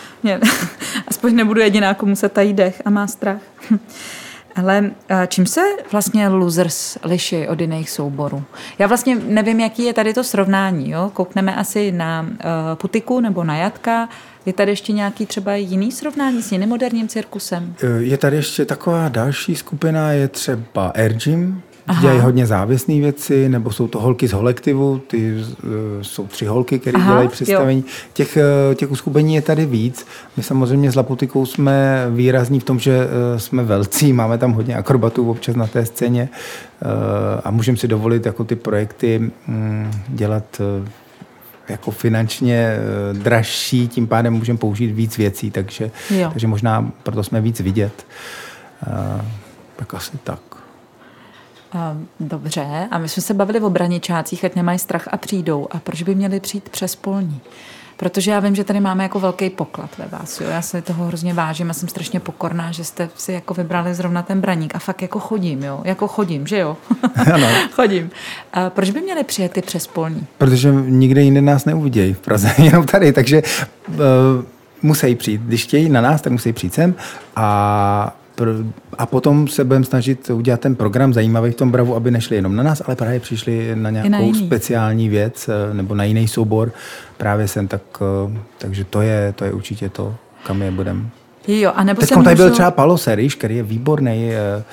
Aspoň nebudu jediná, komu se tají dech a má strach. Ale čím se vlastně Losers liší od jiných souborů? Já vlastně nevím, jaký je tady to srovnání. Jo? Koukneme asi na Putiku nebo na Jatka. Je tady ještě nějaký třeba jiný srovnání s jiným moderním cirkusem? Je tady ještě taková další skupina, je třeba Air Gym. Dělají hodně závěsné věci, nebo jsou to holky z Holektivu, ty jsou 3 holky, které dělají představení. Těch uskupení je tady víc. My samozřejmě s Laputikou jsme výrazní v tom, že jsme velcí, máme tam hodně akrobatů občas na té scéně a můžeme si dovolit jako ty projekty dělat jako finančně dražší, tím pádem můžeme použít víc věcí, takže možná proto jsme víc vidět. Tak asi tak. Dobře, a my jsme se bavili o braničácích, ať nemají strach a přijdou. A proč by měli přijít přes polní? Protože já vím, že tady máme jako velký poklad ve vás. Jo? Já se toho hrozně vážím a jsem strašně pokorná, že jste si jako vybrali zrovna ten braník. A fakt jako chodím, jo? Jako chodím, že jo? Ano. Chodím. A proč by měli přijet ty přes polní? Protože nikde jinde nás neuvidějí v Praze, jenom tady. Takže musí přijít. Když chtějí na nás, tak musí přijít sem a potom se budeme snažit udělat ten program zajímavý v tom Bravu, aby nešli jenom na nás, ale právě přišli na nějakou speciální věc nebo na jiný soubor. Právě sem, takže to je určitě to, kam je budeme. Jo, a nebo teď tady byl třeba Palo Seriš, který je výborný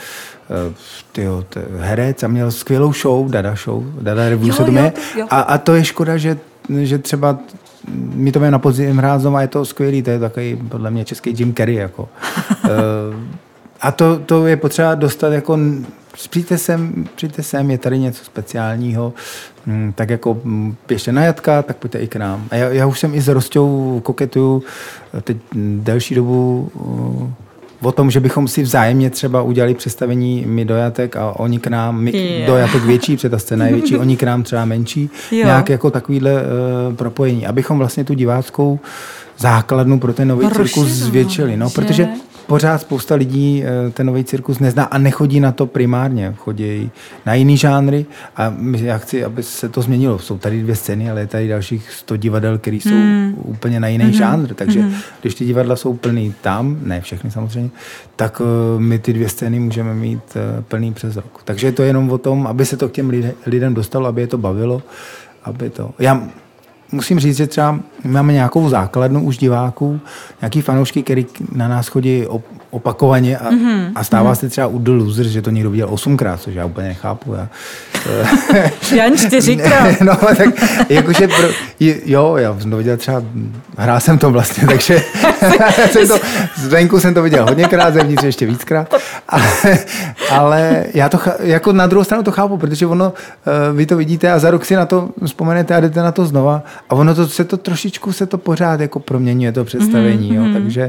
herec a měl skvělou show, Dada Revue se to jmenuje. A to je škoda, že třeba my to budeme na podzim hrát znovu a je to skvělý, to je takový podle mě český Jim Carrey. Jako. A to je potřeba dostat jako přijďte sem, je tady něco speciálního, tak jako běžte na Jatka, tak pojďte i k nám. A já už jsem i s Rostou koketuju teď delší dobu o tom, že bychom si vzájemně třeba udělali představení my do Jatek a oni k nám, my do Jatek větší, protože ta scéna je větší, oni k nám třeba menší, nějak jako takovýhle propojení, abychom vlastně tu diváckou základnu pro ten nový cirkus zvětšili. No, protože pořád spousta lidí ten nový cirkus nezná a nechodí na to primárně. Chodí na jiný žánry a já chci, aby se to změnilo. Jsou tady 2 scény, ale je tady dalších 100 divadel, které jsou úplně na jiný žánr. Takže když ty divadla jsou plný tam, ne všechny samozřejmě, tak my ty 2 scény můžeme mít plný přes rok. Takže je to jenom o tom, aby se to k těm lidem dostalo, aby je to bavilo. Já musím říct, že třeba máme nějakou základnu už diváků, nějaký fanoušky, který na nás chodí opakovaně a stává se třeba u The Losers, že to někdo viděl 8krát, což já úplně nechápu. Jen 4krát. No, tak jakože já jsem to viděl třeba, hrál jsem to vlastně, takže zvenku jsem to viděl hodněkrát, zevnitř ještě víckrát, ale já to jako na druhou stranu to chápu, protože vy to vidíte a za rok si na to vzpomenete a jdete na to znova a trošičku se to pořád jako proměňuje to představení, jo, takže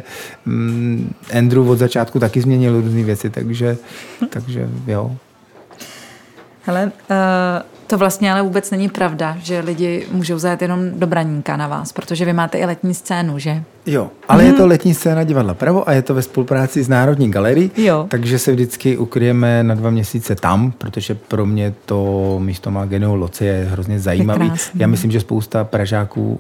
Andrew od začátku taky změnil různé věci, takže jo. Hele, to vlastně ale vůbec není pravda, že lidi můžou zajet jenom do Braníka na vás, protože vy máte i letní scénu, že? Jo, ale je to letní scéna Divadla Pravo a je to ve spolupráci s Národní galerií, takže se vždycky ukryjeme na 2 měsíce tam, protože pro mě to místo má geniu loci, je hrozně zajímavý. Já myslím, že spousta Pražanů,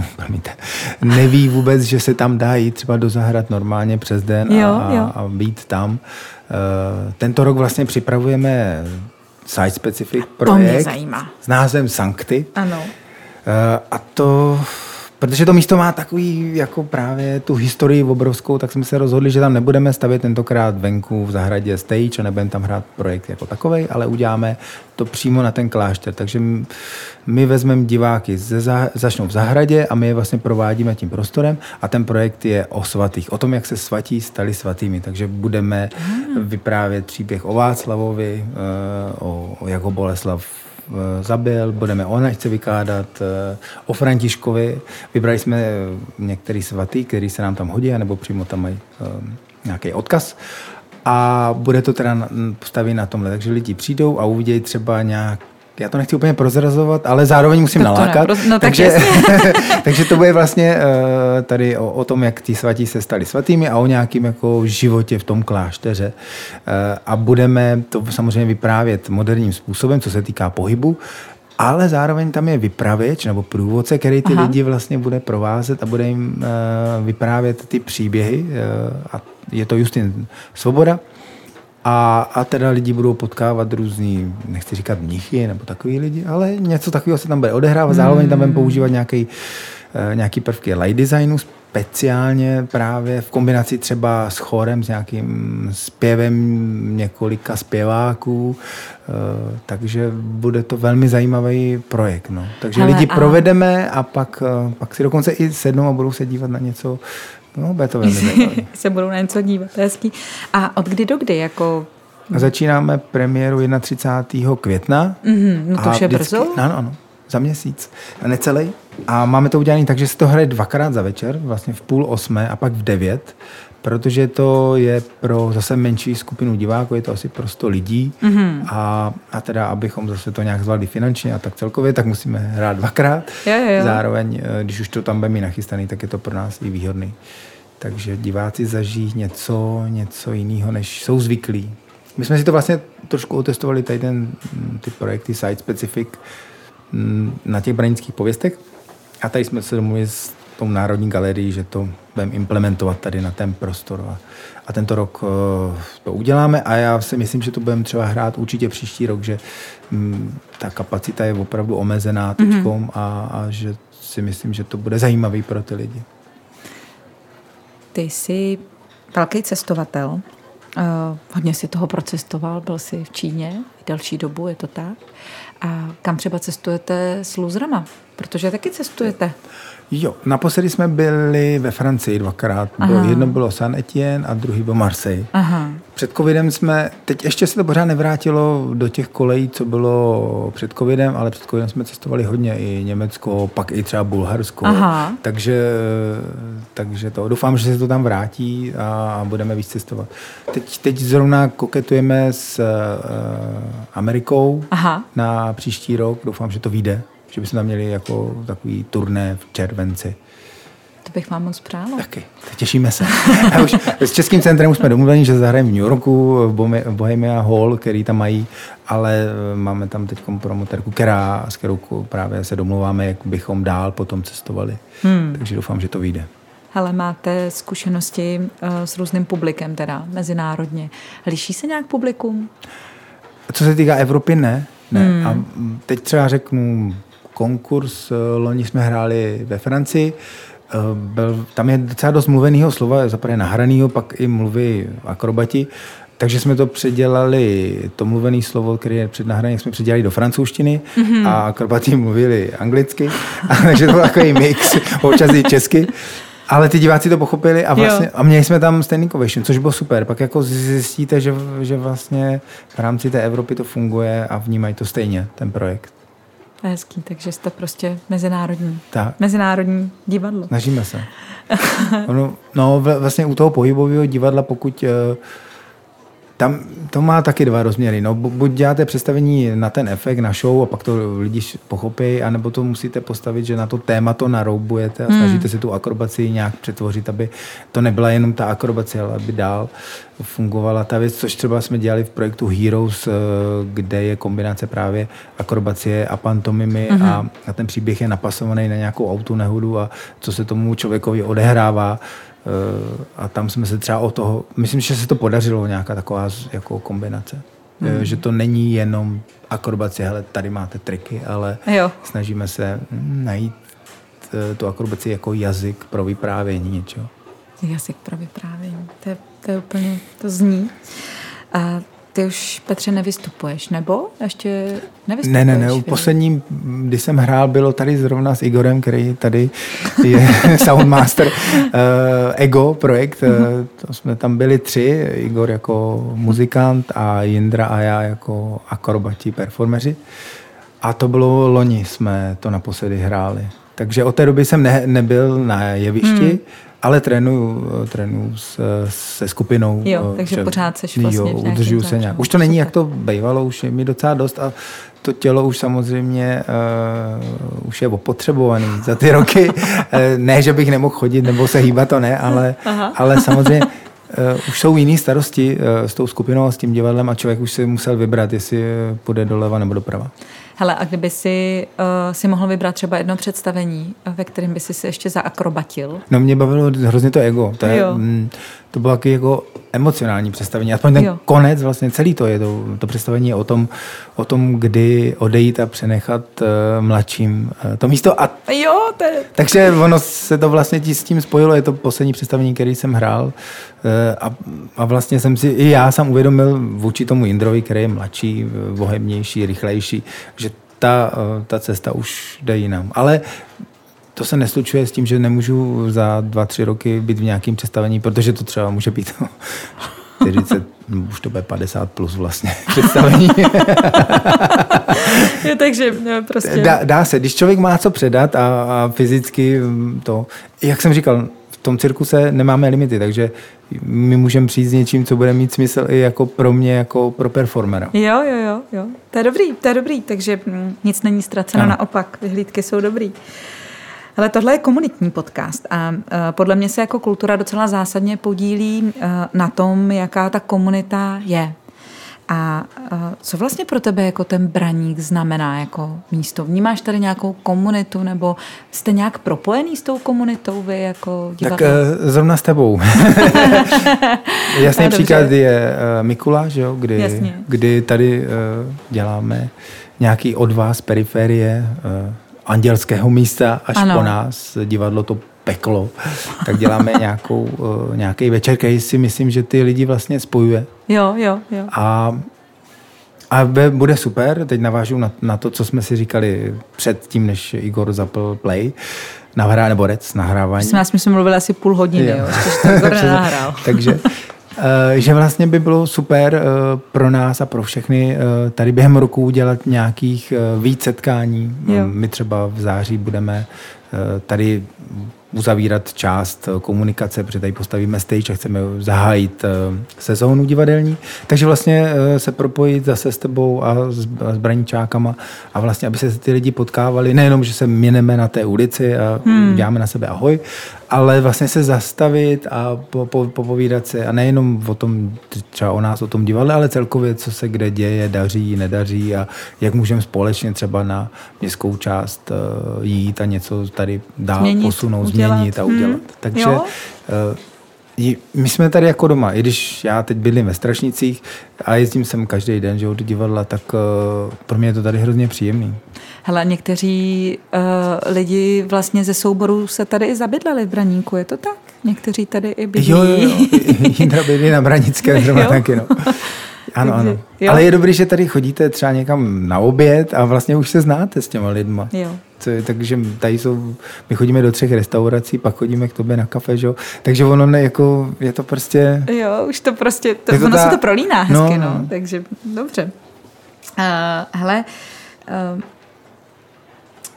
neví vůbec, že se tam dá jít třeba do zahrad normálně přes den a být tam. Tento rok vlastně připravujeme site-specific projekt s názvem Sancty. Ano. A to, protože to místo má takový jako právě tu historii obrovskou, tak jsme se rozhodli, že tam nebudeme stavět tentokrát venku v zahradě stage a nebudeme tam hrát projekt jako takovej, ale uděláme to přímo na ten klášter. Takže my vezmeme diváky, začnou v zahradě a my je vlastně provádíme tím prostorem a ten projekt je o svatých, o tom, jak se svatí stali svatými. Takže budeme vyprávět příběh o Václavovi, o jak ho Boleslav zabil, budeme o Anačce vykládat, o Františkovi. Vybrali jsme některý svatý, který se nám tam hodí, nebo přímo tam mají nějaký odkaz. A bude to teda postavit na tomhle. Takže lidi přijdou a uvidějí třeba nějak, já to nechci úplně prozrazovat, ale zároveň musím nalákat. Takže to bude vlastně tady o tom, jak ti svatí se stali svatými a o nějakým jako životě v tom klášteře. A budeme to samozřejmě vyprávět moderním způsobem, co se týká pohybu, ale zároveň tam je vypravěč nebo průvodce, který ty lidi vlastně bude provázet a bude jim vyprávět ty příběhy. A je to Justin Svoboda. A teda lidi budou potkávat různý, nechci říkat mnichy nebo takový lidi, ale něco takového se tam bude odehrávat. Zároveň tam budeme používat nějaký prvky light designu, speciálně právě v kombinaci třeba s chorem, s nějakým zpěvem několika zpěváků. Takže bude to velmi zajímavý projekt. No. Takže lidi provedeme a pak si dokonce i sednou a budou se dívat na něco. No, bude to velmi zajímavé. Se budou na něco dívat, to je hezký. A od kdy do kdy? Jako... Začínáme premiéru 31. května. No to už je brzo? Ano, za měsíc. Necelý. A máme to udělané tak, že se to hraje 2krát za večer, vlastně v 7:30 a pak v 9, protože to je pro zase menší skupinu diváků, je to asi pro 100 lidí. A teda, abychom zase to nějak zvládli finančně a tak celkově, tak musíme hrát 2krát. Jo. Zároveň, když už to tam bude mít nachystaný, tak je to pro nás i výhodný. Takže diváci zažijí něco jiného, než jsou zvyklí. My jsme si to vlastně trošku otestovali, tady ty projekty site specific na těch branických pověstech a tady jsme se domluvili s tou Národní galerií, že to budeme implementovat tady na ten prostor a tento rok to uděláme a já si myslím, že to budeme třeba hrát určitě příští rok, že ta kapacita je opravdu omezená teďkom a že si myslím, že to bude zajímavý pro ty lidi. Ty jsi velký cestovatel, hodně si toho procestoval, byl jsi v Číně delší dobu, je to tak? A kam třeba cestujete s lůzrama? Protože taky cestujete. Jo, naposledy jsme byli ve Francii 2krát. Jedno bylo Saint-Étienne a druhý byl Marseille. Před covidem teď ještě se to pořád nevrátilo do těch kolejí, co bylo před covidem, ale před covidem jsme cestovali hodně i Německo, pak i třeba Bulharsko. Takže to doufám, že se to tam vrátí a budeme víc cestovat. Teď zrovna koketujeme s Amerikou na příští rok. Doufám, že to vyjde. Že bychom tam měli jako takový turné v červenci. To bych vám moc přála. Taky, těšíme se. Už s Českým centrem už jsme domluveni, že zahrajeme v New Yorku, v Bohemia Hall, který tam mají, ale máme tam teď promotérku, s kterou právě se domluváme, jak bychom dál potom cestovali. Takže doufám, že to vyjde. Hele, máte zkušenosti s různým publikem, teda mezinárodně. Liší se nějak publikum? Co se týká Evropy, ne. A teď třeba řeknu konkurs, loni jsme hráli ve Francii, tam je docela dost mluvenýho slova, zaprvé nahranýho, pak i mluví akrobati, takže jsme to předělali, to mluvené slovo, které je před nahraním, jsme předělali do francouzštiny a akrobati mluvili anglicky, takže to byl takový mix, občas i česky. Ale ty diváci to pochopili a měli jsme tam standing ovation, což bylo super. Pak jako zjistíte, že vlastně v rámci té Evropy to funguje a vnímají to stejně, ten projekt. Hezký, takže jste prostě mezinárodní divadlo. Snažíme se. Vlastně u toho pohybového divadla, pokud Tam to má taky dva rozměry. No, buď děláte představení na ten efekt, na show a pak to lidi pochopí, anebo to musíte postavit, že na to téma to naroubujete a snažíte si tu akrobaci nějak přetvořit, aby to nebyla jenom ta akrobace, ale aby dál fungovala ta věc, což třeba jsme dělali v projektu Heroes, kde je kombinace právě akrobacie a pantomimy a ten příběh je napasovaný na nějakou autonehodu a co se tomu člověkovi odehrává. A tam jsme se třeba o toho, myslím, že se to podařilo nějaká taková jako kombinace. Že to není jenom akrobacie, hele, tady máte triky, ale snažíme se najít tu akrobaci jako jazyk pro vyprávění něčeho. Jazyk pro vyprávění, to je úplně, to zní. A ty už, Petře, nevystupuješ, nebo ještě nevystupuješ? Ne, u posledním, když jsem hrál, bylo tady zrovna s Igorem, který tady je Soundmaster, Ego projekt, to jsme tam byli 3, Igor jako muzikant a Jindra a já jako akrobati, performeři. A to bylo loni, jsme to naposledy hráli. Takže od té doby jsem nebyl na jevišti, ale trénuju se skupinou. Jo, takže pořád seš vlastně v udržuju se nějak. Už to není, jak to bývalo, už je mi docela dost a to tělo už samozřejmě už je opotřebovaný za ty roky. Ne, že bych nemohl chodit nebo se hýbat, to ne, ale samozřejmě už jsou jiné starosti s tou skupinou a s tím divadlem a člověk už si musel vybrat, jestli půjde doleva nebo doprava. Hele, a kdyby si mohl vybrat třeba jedno představení, ve kterém by si se ještě zaakrobatil? No mě bavilo hrozně to Ego. To bylo taky jako emocionální představení. Aspoň ten konec, vlastně celý to je. To představení je o tom, kdy odejít a přenechat mladším to místo. Takže ono se to vlastně s tím spojilo. Je to poslední představení, který jsem hrál. A vlastně jsem si, i já jsem uvědomil vůči tomu Jindrovi, který je mladší, bohemnější, rychlejší, že ta cesta už jde jinam. Ale to se neslučuje s tím, že nemůžu za 2-3 roky být v nějakém představení, protože to třeba může být 40, už to bude 50 plus vlastně představení. Takže prostě... Dá se, když člověk má co předat a fyzicky to, jak jsem říkal, v tom cirkuse nemáme limity, takže my můžeme přijít s něčím, co bude mít smysl i jako pro mě, jako pro performera. Jo. To je dobrý, takže nic není ztraceno, naopak, vyhlídky jsou dobrý. Ale tohle je komunitní podcast a podle mě se jako kultura docela zásadně podílí na tom, jaká ta komunita je. A co vlastně pro tebe jako ten Braník znamená jako místo? Vnímáš tady nějakou komunitu nebo jste nějak propojený s tou komunitou vy jako divadlo? Tak zrovna s tebou. Jasný příklad je Mikuláš, jo, kdy tady děláme nějaký odvaz periferie andělského místa až po nás, divadlo to peklo, tak děláme nějaký večer, který si myslím, že ty lidi vlastně spojuje. Jo. A bude super, teď navážu na to, co jsme si říkali před tím, než Igor zapl play, nebo rec, nahrávání. My jsme mluvili asi půl hodiny, jo, to Igor nenahrál. Takže že vlastně by bylo super pro nás a pro všechny tady během roku udělat nějakých víc setkání. My třeba v září budeme tady uzavírat část komunikace, protože tady postavíme stage a chceme zahájit sezónu divadelní. Takže vlastně se propojit zase s tebou a s braníčákama a vlastně, aby se ty lidi potkávali, nejenom, že se mineme na té ulici a děláme na sebe ahoj, ale vlastně se zastavit a popovídat se a nejenom o tom, třeba o nás, o tom divadle, ale celkově, co se kde děje, daří, nedaří a jak můžeme společně třeba na městskou část jít a něco tady dál posunout, změnit a udělat. Takže my jsme tady jako doma, i když já teď bydlím ve Strašnicích a jezdím sem každý den, že, do divadla, tak pro mě je to tady hrozně příjemný. Hele, někteří lidi vlastně ze souboru se tady i zabydleli v Braníku, je to tak? Někteří tady i bydlí. Jo. Jindra bydlí na Branické zrovna taky, no. Ano. Jo. Ale je dobrý, že tady chodíte třeba někam na oběd a vlastně už se znáte s těma lidma. Jo. Takže tady my chodíme do 3 restaurací, pak chodíme k tobě na kafe, že? Takže ono je to prostě... Jo, už to prostě, ono se to prolíná hezky, no. Takže dobře. Hele,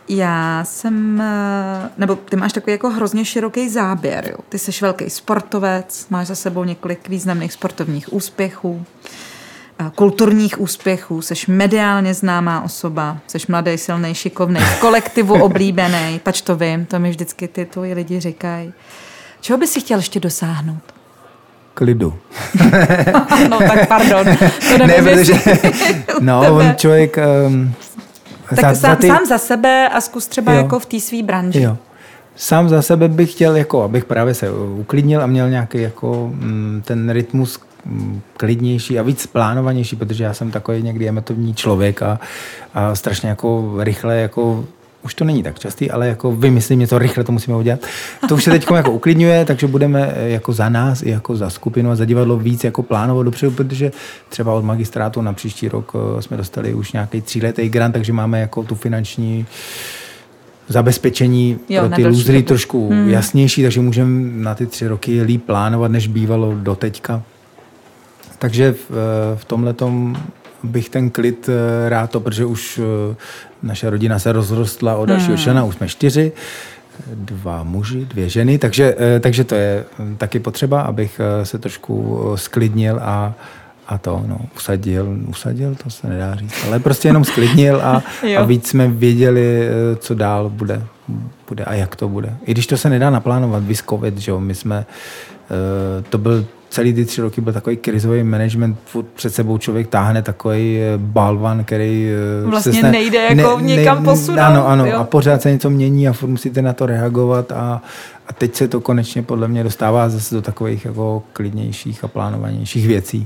Já jsem, nebo ty máš takový jako hrozně široký záběr. Jo. Ty jsi velký sportovec, máš za sebou několik významných sportovních úspěchů, kulturních úspěchů, jsi mediálně známá osoba, jsi mladý, silný, šikovný, v kolektivu oblíbený, pač to vím, to mi vždycky ty tvoji lidi říkají. Čeho bys si chtěl ještě dosáhnout? Klidu. No tak pardon. To ne, protože on člověk... Tak sám za sebe a zkus třeba jako v té svý branži. Jo. Sám za sebe bych chtěl, jako, abych právě se uklidnil a měl nějaký jako, ten rytmus klidnější a víc plánovanější, protože já jsem takový někdy emotivní člověk a strašně jako rychle, jako, už to není tak častý, ale jako vymyslím něco rychle, to musíme udělat. To už se teď jako uklidňuje, takže budeme jako za nás i jako za skupinu a za divadlo víc jako plánovat dopředu, protože třeba od magistrátu na příští rok jsme dostali už nějaký 3letý grant, takže máme jako tu finanční zabezpečení pro ty lůzry trošku jasnější, takže můžeme na ty 3 roky líp plánovat, než bývalo doteďka. Takže v tomhletom bych ten klid rád to, protože už naše rodina se rozrostla o dalšího člena, už jsme 4, 2 muži, 2 ženy, takže to je taky potřeba, abych se trošku sklidnil a to, usadil, to se nedá říct, ale prostě jenom sklidnil a víc jsme věděli, co dál bude a jak to bude. I když to se nedá naplánovat, vys covid, že jo, my jsme, to byl celý ty 3 roky byl takový krizový management, před sebou člověk táhne takový balvan, který vlastně nejde jako někam posunout. Ano, a pořád se něco mění a furt musíte na to reagovat a teď se to konečně podle mě dostává zase do takových jako klidnějších a plánovanějších věcí.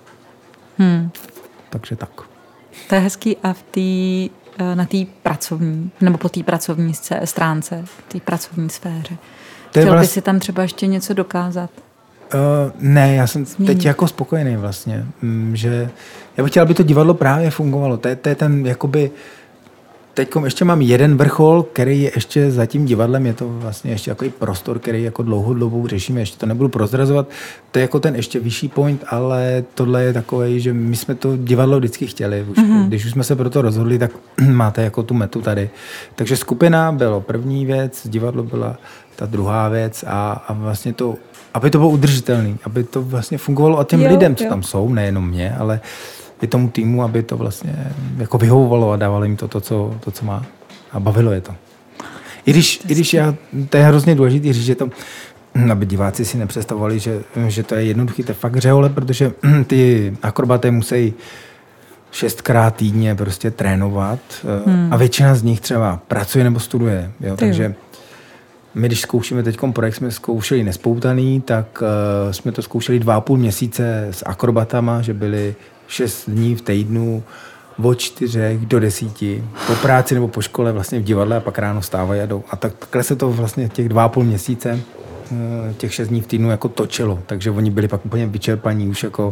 Takže tak. To je hezký a na té pracovní, nebo po té pracovní stránce, té pracovní sféře. Chtěl by si tam třeba ještě něco dokázat? Ne, já jsem teď jako spokojený vlastně, že já bych chtěl, aby to divadlo právě fungovalo. To je ten jakoby, teďkom ještě mám jeden vrchol, který je ještě za tím divadlem, je to vlastně ještě takový prostor, který jako dlouhodobou řešíme, ještě to nebudu prozrazovat, to je jako ten ještě vyšší point, ale tohle je takový, že my jsme to divadlo vždycky chtěli, když už jsme se pro to rozhodli, tak máte jako tu metu tady. Takže skupina bylo první věc, divadlo byla ta druhá věc a vlastně to, aby to bylo udržitelné, aby to vlastně fungovalo a těm lidem, co tam jsou, nejenom mě, ale i tomu týmu, aby to vlastně jako vyhovovalo a dávalo jim to, co má. A bavilo je to. I když to je hrozně důležité říct, že to, aby diváci si nepředstavovali, že to je jednoduchý, to je fakt řehole, protože ty akrobaté musí 6krát týdně prostě trénovat a většina z nich třeba pracuje nebo studuje. Jo? Takže my, když zkoušíme teďkom projekt, jsme zkoušeli Nespoutaný, tak jsme to zkoušeli 2,5 měsíce s akrobatama, že byli 6 dní v týdnu od 4 do 10 po práci nebo po škole vlastně v divadle a pak ráno stávají a jdou. A takhle se to vlastně těch 2,5 měsíce, těch 6 dní v týdnu jako točilo. Takže oni byli pak úplně vyčerpaní,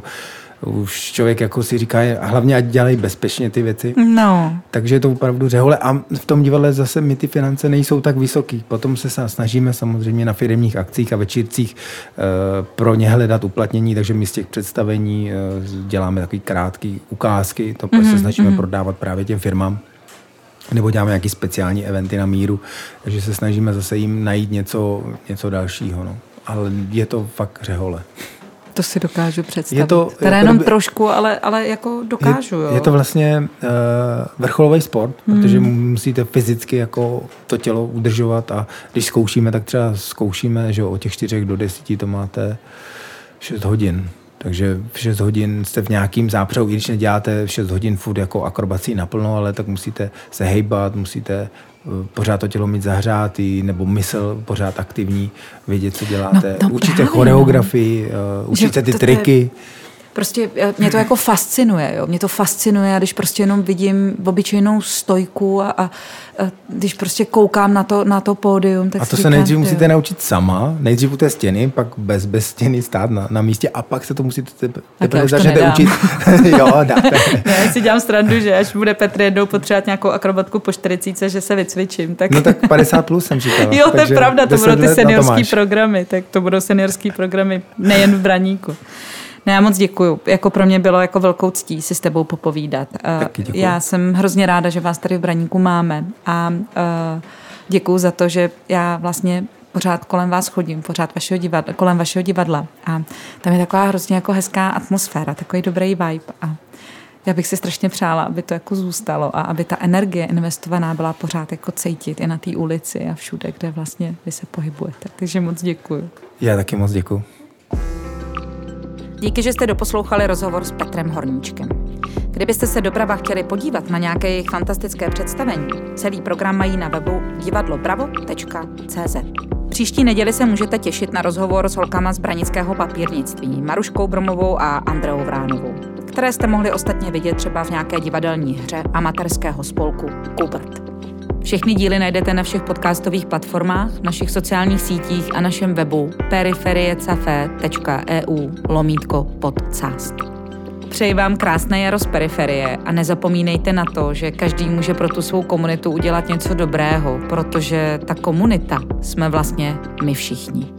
už člověk jako si říká, a hlavně ať dělají bezpečně ty věci. No. Takže je to opravdu řehole. A v tom divadle zase my ty finance nejsou tak vysoký. Potom se snažíme samozřejmě na firemních akcích a večírcích pro ně hledat uplatnění, takže my z těch představení děláme takový krátký ukázky, to se snažíme prodávat právě těm firmám. Nebo děláme nějaký speciální eventy na míru, takže se snažíme zase jim najít něco dalšího. No. Ale je to fakt řehole. To si dokážu představit. Teda jenom trošku, ale jako dokážu. Je to vlastně vrcholový sport, protože musíte fyzicky jako to tělo udržovat a když zkoušíme, tak třeba zkoušíme, že od těch 4 do 10 to máte 6 hodin. Takže v 6 hodin jste v nějakým zápřehu, i když neděláte 6 hodin furt jako akrobací naplno, ale tak musíte se hejbat, musíte pořád to tělo mít zahřátý, nebo mysl pořád aktivní, vědět, co děláte. Učíte choreografii, učíte ty triky. Prostě mě to jako fascinuje, jo. Mě to fascinuje, když prostě jenom vidím obyčejnou stojku a když prostě koukám na to pódium, tak a to se nejdřív musíte naučit sama, nejdřív u té stěny, pak bez stěny stát na místě a pak se to musíte teprve začnete učit. Jo, dáte. Já si dělám srandu, že až bude Petr jednou potřebovat nějakou akrobatku po 40, že se vycvičím. Tak... No tak 50+ jsem říkala. Jo, to je pravda, to budou ty seniorský programy, tak to budou seniorský programy nejen v Braníku. Já moc děkuju. Jako pro mě bylo jako velkou ctí si s tebou popovídat. Já jsem hrozně ráda, že vás tady v Braníku máme a děkuju za to, že já vlastně pořád kolem vás chodím, kolem vašeho divadla a tam je taková hrozně jako hezká atmosféra, takový dobrý vibe a já bych si strašně přála, aby to jako zůstalo a aby ta energie investovaná byla pořád jako cítit i na té ulici a všude, kde vlastně vy se pohybujete. Takže moc děkuju. Já taky moc děkuju. Díky, že jste doposlouchali rozhovor s Petrem Horníčkem. Kdybyste se doprava chtěli podívat na nějaké jejich fantastické představení, celý program mají na webu divadlobravo.cz. Příští neděli se můžete těšit na rozhovor s holkama z branického papírnictví, Maruškou Bromovou a Andreou Vránovou, které jste mohli ostatně vidět třeba v nějaké divadelní hře amatérského spolku Kubert. Všechny díly najdete na všech podcastových platformách, našich sociálních sítích a našem webu periferiecafé.eu/podcast. Přeji vám krásné jaro z periferie a nezapomínejte na to, že každý může pro tu svou komunitu udělat něco dobrého, protože ta komunita jsme vlastně my všichni.